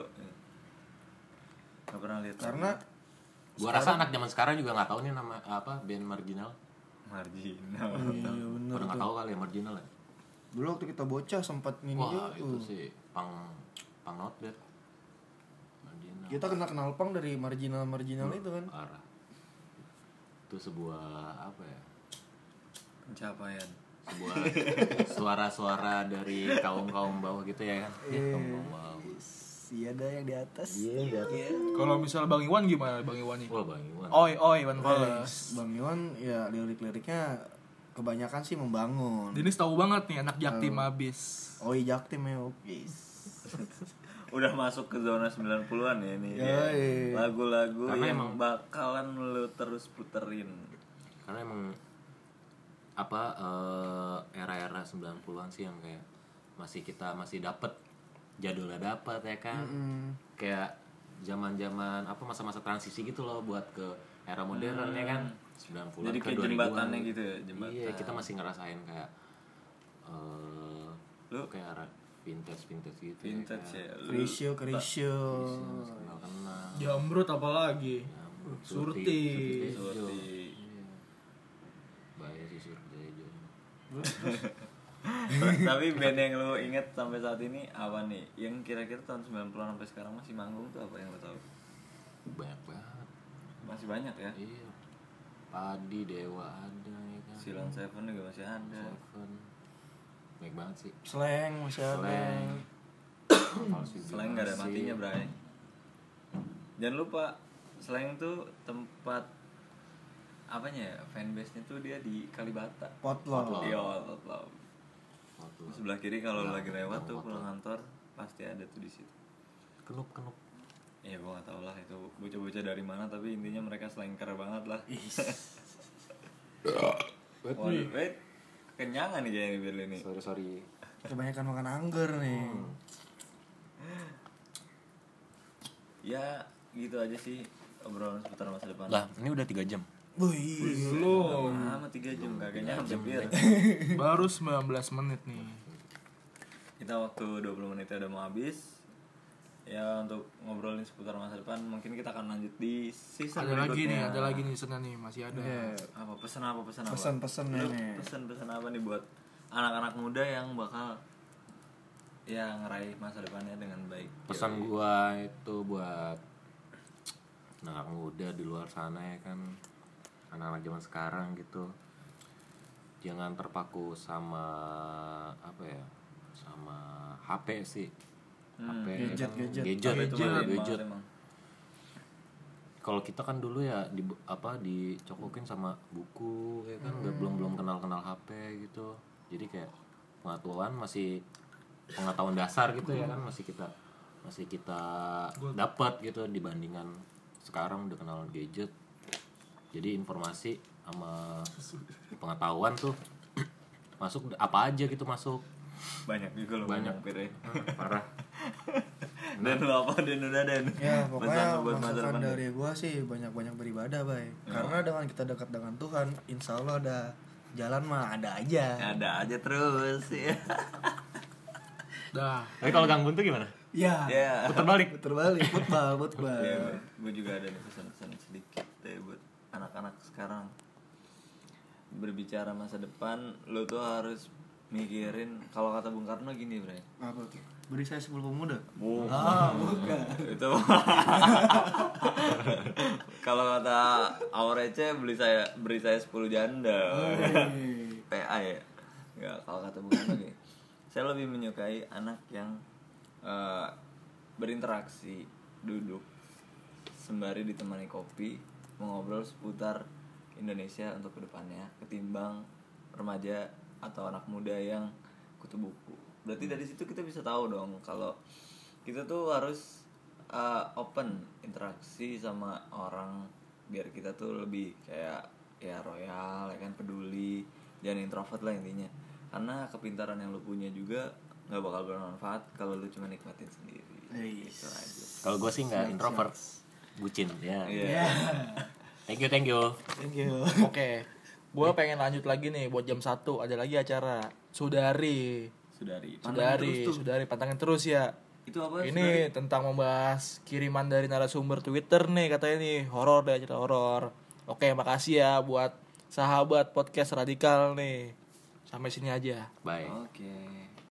[SPEAKER 2] Gak pernah lihat.
[SPEAKER 4] Karena
[SPEAKER 1] Gua rasa anak zaman sekarang juga nggak tahu nih nama apa band marginal.
[SPEAKER 2] marginal.
[SPEAKER 4] iya bener
[SPEAKER 1] Pada nggak
[SPEAKER 4] tuh.
[SPEAKER 1] tahu kali ya marginal ya.
[SPEAKER 4] Dulu waktu kita bocah sempat ini
[SPEAKER 1] Wah
[SPEAKER 4] juga.
[SPEAKER 1] itu
[SPEAKER 4] uh.
[SPEAKER 1] sih pang pang not bad. Marginal.
[SPEAKER 4] Kita kenal kenal pang dari marginal marginal itu kan.
[SPEAKER 1] Parah. Itu sebuah apa ya?
[SPEAKER 2] Pencapaian.
[SPEAKER 1] Sebuah suara-suara dari kaum kaum bawah gitu ya kan? Ya, kaum kaum bawah.
[SPEAKER 4] Iya ada yang di atas.
[SPEAKER 5] Iya, di atas.
[SPEAKER 3] Kalau misal Bang Iwan gimana Bang Iwan nih?
[SPEAKER 1] Wah Bang Iwan.
[SPEAKER 3] Oi oi Iwan Fals.
[SPEAKER 4] Bang Iwan ya lirik-liriknya kebanyakan sih membangun.
[SPEAKER 3] Denis tahu banget nih anak Jaktim abis.
[SPEAKER 4] Oh iya Jaktim ya, oke.
[SPEAKER 2] Udah masuk ke zona sembilan puluhan ya ini.
[SPEAKER 4] Ya,
[SPEAKER 2] ya.
[SPEAKER 4] iya.
[SPEAKER 2] Lagu-lagu
[SPEAKER 1] Karena
[SPEAKER 2] yang
[SPEAKER 1] emang-
[SPEAKER 2] bakalan lu terus puterin.
[SPEAKER 1] Karena emang apa eh, era-era sembilan puluhan sih yang kayak masih kita masih dapet jadulnya dapat ya kan. Kayak zaman-zaman apa masa-masa transisi gitu loh buat ke era modern ya kan. sembilan puluhan
[SPEAKER 2] Jadi
[SPEAKER 1] ke
[SPEAKER 2] kayak
[SPEAKER 1] dua ribuan.
[SPEAKER 2] jembatannya gitu ya, jembatan.
[SPEAKER 1] Iya, kita masih ngerasain kayak eh
[SPEAKER 2] Lu-
[SPEAKER 1] kayak era vintage vintage gitu.
[SPEAKER 2] Vintage
[SPEAKER 1] ya.
[SPEAKER 2] ya.
[SPEAKER 1] Kan.
[SPEAKER 2] Lu-
[SPEAKER 4] Krisyo Krisyo.
[SPEAKER 1] Masih kenal-kenal.
[SPEAKER 3] Jamrut apalagi.
[SPEAKER 1] Nyamuk,
[SPEAKER 3] Surti.
[SPEAKER 1] Surti.
[SPEAKER 2] Surti.
[SPEAKER 1] Iya. Bahaya sih Surti Tejo.
[SPEAKER 2] Tapi band yang lu inget sampai saat ini apa nih? Yang kira-kira tahun sembilan puluhan sampai sekarang masih manggung tuh apa yang lu tahu?
[SPEAKER 1] Banyak banget.
[SPEAKER 2] Masih banyak ya?
[SPEAKER 1] Iya. Padi Dewa ada ya kan.
[SPEAKER 2] Silon Seven juga masih ada.
[SPEAKER 1] Seven. Baik banget sih.
[SPEAKER 4] Slang masih ada.
[SPEAKER 1] Slang. Palsu
[SPEAKER 2] Slang gak ada
[SPEAKER 1] masih.
[SPEAKER 2] matinya, Bray. Jangan lupa Slang tuh tempat apanya ya? Fanbase-nya tuh dia di Kalibata.
[SPEAKER 4] Potlot.
[SPEAKER 2] Iya, Potlot.
[SPEAKER 1] Waktu
[SPEAKER 2] Sebelah kiri kalau
[SPEAKER 1] Nah,
[SPEAKER 2] lagi lewat tuh
[SPEAKER 1] Potlot.
[SPEAKER 2] pulang kantor pasti ada tuh di situ.
[SPEAKER 1] kenup kenup.
[SPEAKER 2] Ya gua gak tau lah itu bocah-bocah dari mana, tapi intinya mereka slanker banget lah. Waduh, wait, kenyangan nih kayaknya di Berlin nih.
[SPEAKER 1] Sorry sorry.
[SPEAKER 4] Kebanyakan makan anggur nih.
[SPEAKER 2] Ya gitu aja sih obrolan seputar masa depan.
[SPEAKER 1] Lah ini udah tiga jam.
[SPEAKER 4] Wih.
[SPEAKER 3] Belum.
[SPEAKER 2] Lama tiga jam kagak nyampe Bir.
[SPEAKER 3] Baru sembilan belas menit nih.
[SPEAKER 2] Kita waktu dua puluh menitnya udah mau habis. ya untuk ngobrolin seputar masa depan mungkin kita akan lanjut di season
[SPEAKER 3] Ada lagi nih,
[SPEAKER 2] berikutnya.
[SPEAKER 3] ada lagi nih sebenarnya nih, masih ada.
[SPEAKER 4] Iya.
[SPEAKER 2] Apa pesan apa pesan apa?
[SPEAKER 4] Pesan-pesan
[SPEAKER 2] Lu
[SPEAKER 4] nih.
[SPEAKER 2] Pesan-pesan apa nih buat anak-anak muda yang bakal ya ngeraih masa depannya dengan baik.
[SPEAKER 1] Pesan
[SPEAKER 2] Yoi.
[SPEAKER 1] gua itu buat anak muda di luar sana ya kan, anak-anak zaman sekarang gitu, jangan terpaku sama apa ya, sama H P sih.
[SPEAKER 2] Hmm,
[SPEAKER 1] H P
[SPEAKER 4] gadget,
[SPEAKER 1] kan,
[SPEAKER 4] gadget.
[SPEAKER 1] gadget,
[SPEAKER 2] Tapi itu
[SPEAKER 1] gadget,
[SPEAKER 2] mah
[SPEAKER 1] gadget.
[SPEAKER 2] banget emang.
[SPEAKER 1] Kalau kita kan dulu ya di apa dicokokin sama buku ya kan, nggak belum belum kenal kenal H P gitu, jadi kayak pengetahuan masih pengetahuan dasar gitu ya kan, masih kita masih kita dapat gitu dibandingkan sekarang udah kenal gadget. Jadi informasi sama pengetahuan tuh masuk apa aja gitu masuk.
[SPEAKER 2] Banyak juga loh
[SPEAKER 1] Banyak.
[SPEAKER 2] ngomong, Pir, ya.
[SPEAKER 1] Parah.
[SPEAKER 2] Dan lu apa Den udah Den?
[SPEAKER 4] Ya
[SPEAKER 2] Pesan
[SPEAKER 4] pokoknya
[SPEAKER 2] lu buat masa
[SPEAKER 4] masukan
[SPEAKER 2] depan, Den.
[SPEAKER 4] dari gue sih banyak-banyak beribadah bay. Karena dengan kita dekat dengan Tuhan, insya Allah ada jalan mah ada aja.
[SPEAKER 2] Ada aja terus ya.
[SPEAKER 3] Dah.
[SPEAKER 1] Tapi kalau Kang Buntu gimana?
[SPEAKER 4] Ya.
[SPEAKER 2] Ya.
[SPEAKER 1] Putar balik.
[SPEAKER 4] Putar balik, football, football.
[SPEAKER 2] Ya, gue juga ada nih pesan-pesan sedikit deh buat anak-anak sekarang. Berbicara masa depan, lo tuh harus mikirin, kalau kata Bung Karno gini, Bre.
[SPEAKER 4] Apa tuh? Beri saya sepuluh pemuda.
[SPEAKER 2] Bukan.
[SPEAKER 4] Ah, bukan.
[SPEAKER 2] Itu kalau kata Aurece beli saya beri saya sepuluh janda. P A ya. Enggak, kalau kata Bung Karno gini. Saya lebih menyukai anak yang eh, berinteraksi, duduk sembari ditemani kopi, mengobrol seputar Indonesia untuk kedepannya, ketimbang remaja atau anak muda yang kutu buku. Berarti dari situ kita bisa tahu dong kalau kita tuh harus uh, open interaksi sama orang biar kita tuh lebih kayak ya royal, ya kan, peduli, jangan introvert lah intinya. Karena kepintaran yang lu punya juga nggak bakal bermanfaat kalau lu cuma nikmatin sendiri. Gitu aja.
[SPEAKER 1] Kalau gue sih nggak introvert, bucin ya.
[SPEAKER 2] Iya.
[SPEAKER 1] Thank you, thank you.
[SPEAKER 4] Thank you.
[SPEAKER 3] Oke. Gue pengen lanjut lagi nih buat jam satu, ada lagi acara Sudari.
[SPEAKER 2] Sudari.
[SPEAKER 3] Sudari, Sudari pantangin terus ya.
[SPEAKER 2] Itu apa?
[SPEAKER 3] Ini tentang membahas kiriman dari narasumber Twitter nih, katanya nih horor deh, cerita horor. Oke, makasih ya buat sahabat podcast radikal nih. Sampai sini aja.
[SPEAKER 1] Bye.
[SPEAKER 2] Oke.